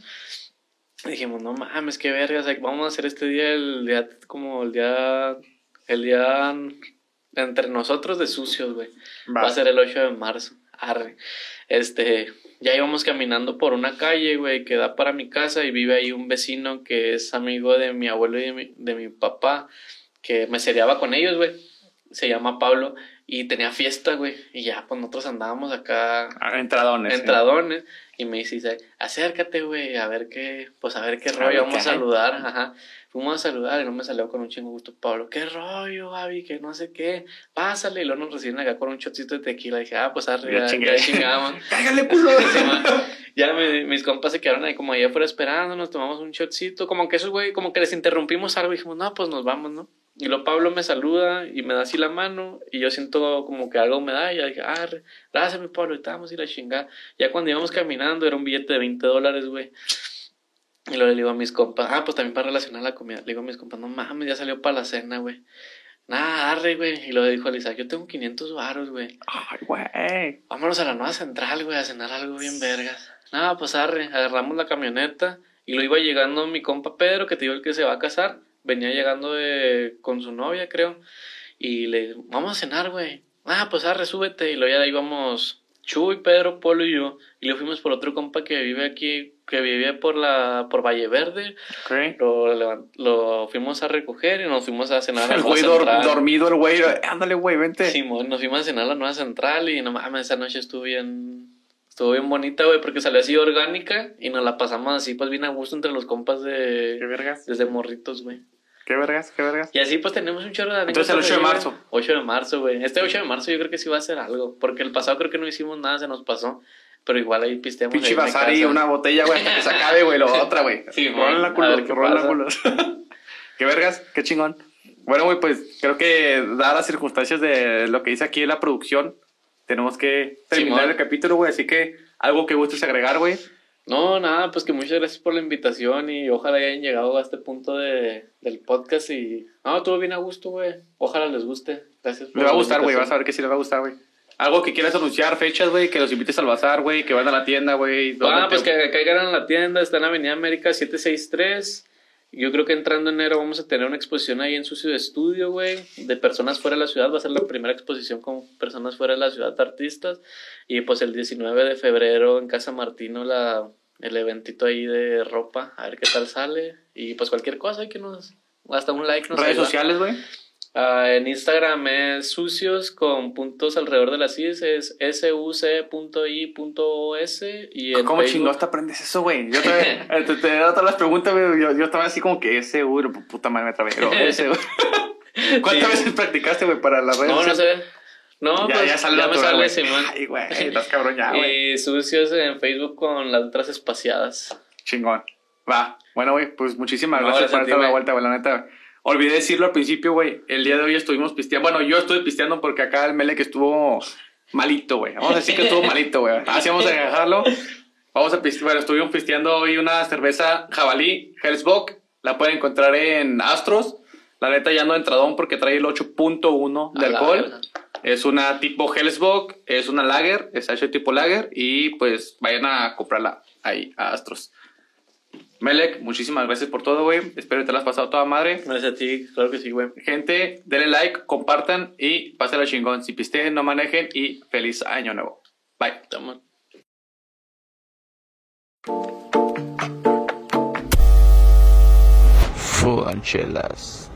Y dijimos, no mames, qué verga, o sea, vamos a hacer este día el día como el día... El día entre nosotros de sucios, güey. Va. Va a ser el ocho de marzo. Arre. Este, ya íbamos caminando por una calle, güey, que da para mi casa y vive ahí un vecino que es amigo de mi abuelo y de mi, de mi papá, que me seriaba con ellos, güey. Se llama Pablo y tenía fiesta, güey. Y ya, pues nosotros andábamos acá. Entradones. Entradones. ¿Eh? Y me dice, acércate, güey, a ver qué, pues a ver qué rollo, a ver vamos qué a saludar, ajá. Fuimos a saludar y no me salió con un chingo gusto Pablo. ¿Qué rollo, Gaby? Que no sé qué. Pásale. Y luego nos reciben acá con un shotcito de tequila. Y dije, ah, pues arriba, ya, ya chingamos. ¡Cágale, culo! Ya me, mis compas se quedaron ahí como ahí afuera esperando, nos tomamos un shotcito. Como que esos, güey, como que les interrumpimos algo y dijimos, no, pues nos vamos, ¿no? Y luego Pablo me saluda y me da así la mano y yo siento como que algo me da y ya dije, ah, gracias mi Pablo, y estábamos y la chingada. Ya cuando íbamos caminando era un billete de veinte dólares, güey. Y luego le digo a mis compas, ah, pues también para relacionar la comida, le digo a mis compas, no mames, ya salió para la cena, güey. Nah, arre, güey. Y luego dijo a Lisa, yo tengo quinientos varos, güey. Ay, güey. Vámonos a la nueva central, güey, a cenar algo bien vergas. Nada, pues arre, agarramos la camioneta Y lo iba llegando mi compa Pedro, que te digo el que se va a casar. Venía llegando de, con su novia, creo. Y le vamos a cenar, güey. Ah, pues arre, súbete. Y luego ya íbamos Chuy, Pedro, Polo y yo. Y luego fuimos por otro compa que vive aquí, que vive por la por Valle Verde. Okay. Lo, lo, lo fuimos a recoger y nos fuimos a cenar a la El nueva güey dor- central. dormido, el güey. Ándale, güey, vente. Simón, nos fuimos a cenar a la nueva central y no mames, esa noche estuvo bien, estuvo bien bonita, güey, porque salió así orgánica y nos la pasamos así, pues bien a gusto entre los compas de... Qué vergas. Desde morritos, güey. Qué vergas, qué vergas. Y así pues tenemos un chorro de anécdotas. Entonces el ocho de ahí, marzo. güey. ocho de marzo, güey. Este ocho de marzo yo creo que sí va a hacer algo, porque el pasado creo que no hicimos nada, se nos pasó. Pero igual ahí pisteamos. Pinche ahí en mi bazar y casa. una botella, güey, hasta que se acabe, güey, lo otra, güey. Sí, Rola a culo, ver qué rola pasa. culos. Qué vergas, qué chingón. Bueno, güey, pues creo que dadas las circunstancias de lo que dice aquí la producción, tenemos que terminar Simón. el capítulo, güey, así que algo que gustes agregar, güey. No, nada, pues que muchas gracias por la invitación y ojalá hayan llegado a este punto de, del podcast y... No, estuvo bien a gusto, güey. Ojalá les guste. Gracias por Le va a la gustar, güey, vas invitación. a ver que sí le va a gustar, güey. Algo que quieras anunciar, fechas, güey, que los invites al bazar, güey, que van a la tienda, güey. Ah, ¿dónde pues te- que caigan en la tienda, está en Avenida América setecientos sesenta y tres. Yo creo que entrando enero vamos a tener una exposición ahí en su ciudad estudio, güey, de personas fuera de la ciudad. Va a ser la primera exposición con personas fuera de la ciudad, de artistas. Y pues el diecinueve de febrero en Casa Martino la, el eventito ahí de ropa, a ver qué tal sale. Y pues cualquier cosa, hay que nos... Hasta un like nos Redes ayuda. sociales, güey. Ah, en Instagram es sucios con puntos alrededor de las i's, es S U C punto I punto O S y en ¿Cómo Facebook- chingados te aprendes eso, güey? Yo también, eh, te, te te todas las preguntas, güey, yo, yo estaba así como que ese, güey, puta madre me trabé, pero ese, güey. ¿Cuántas Sí. veces practicaste, güey, para las redes No, no sociales? sé. No, Ya, pues ya sale ya me natural, sale güey. Simón. Ay, güey, estás cabrón ya, güey. Y sucios en Facebook con las letras espaciadas. Chingón. Va. Bueno, güey, pues muchísimas No, gracias gracias a por ti, esta la güey. vuelta, güey, la neta. Olvidé decirlo al principio, güey. El día de hoy estuvimos pisteando. Bueno, yo estuve pisteando porque acá el Mele que estuvo malito, güey. Vamos a decir que estuvo malito, güey. Así vamos a dejarlo. Vamos a pistear. Bueno, estuvimos pisteando hoy una cerveza jabalí, Hellsbock. La pueden encontrar en Astros. La neta ya no entradón porque trae el ocho punto uno de A la alcohol. verga. Es una tipo Hellsbock, es una lager, es H tipo lager. Y pues vayan a comprarla ahí a Astros. Melek, muchísimas gracias por todo, güey. Espero que te la has pasado toda madre. Gracias a ti, claro que sí, güey. Gente, denle like, compartan y pásenla chingón. Si pisteen, no manejen y feliz año nuevo. Bye. Estamos. Full Anchelas.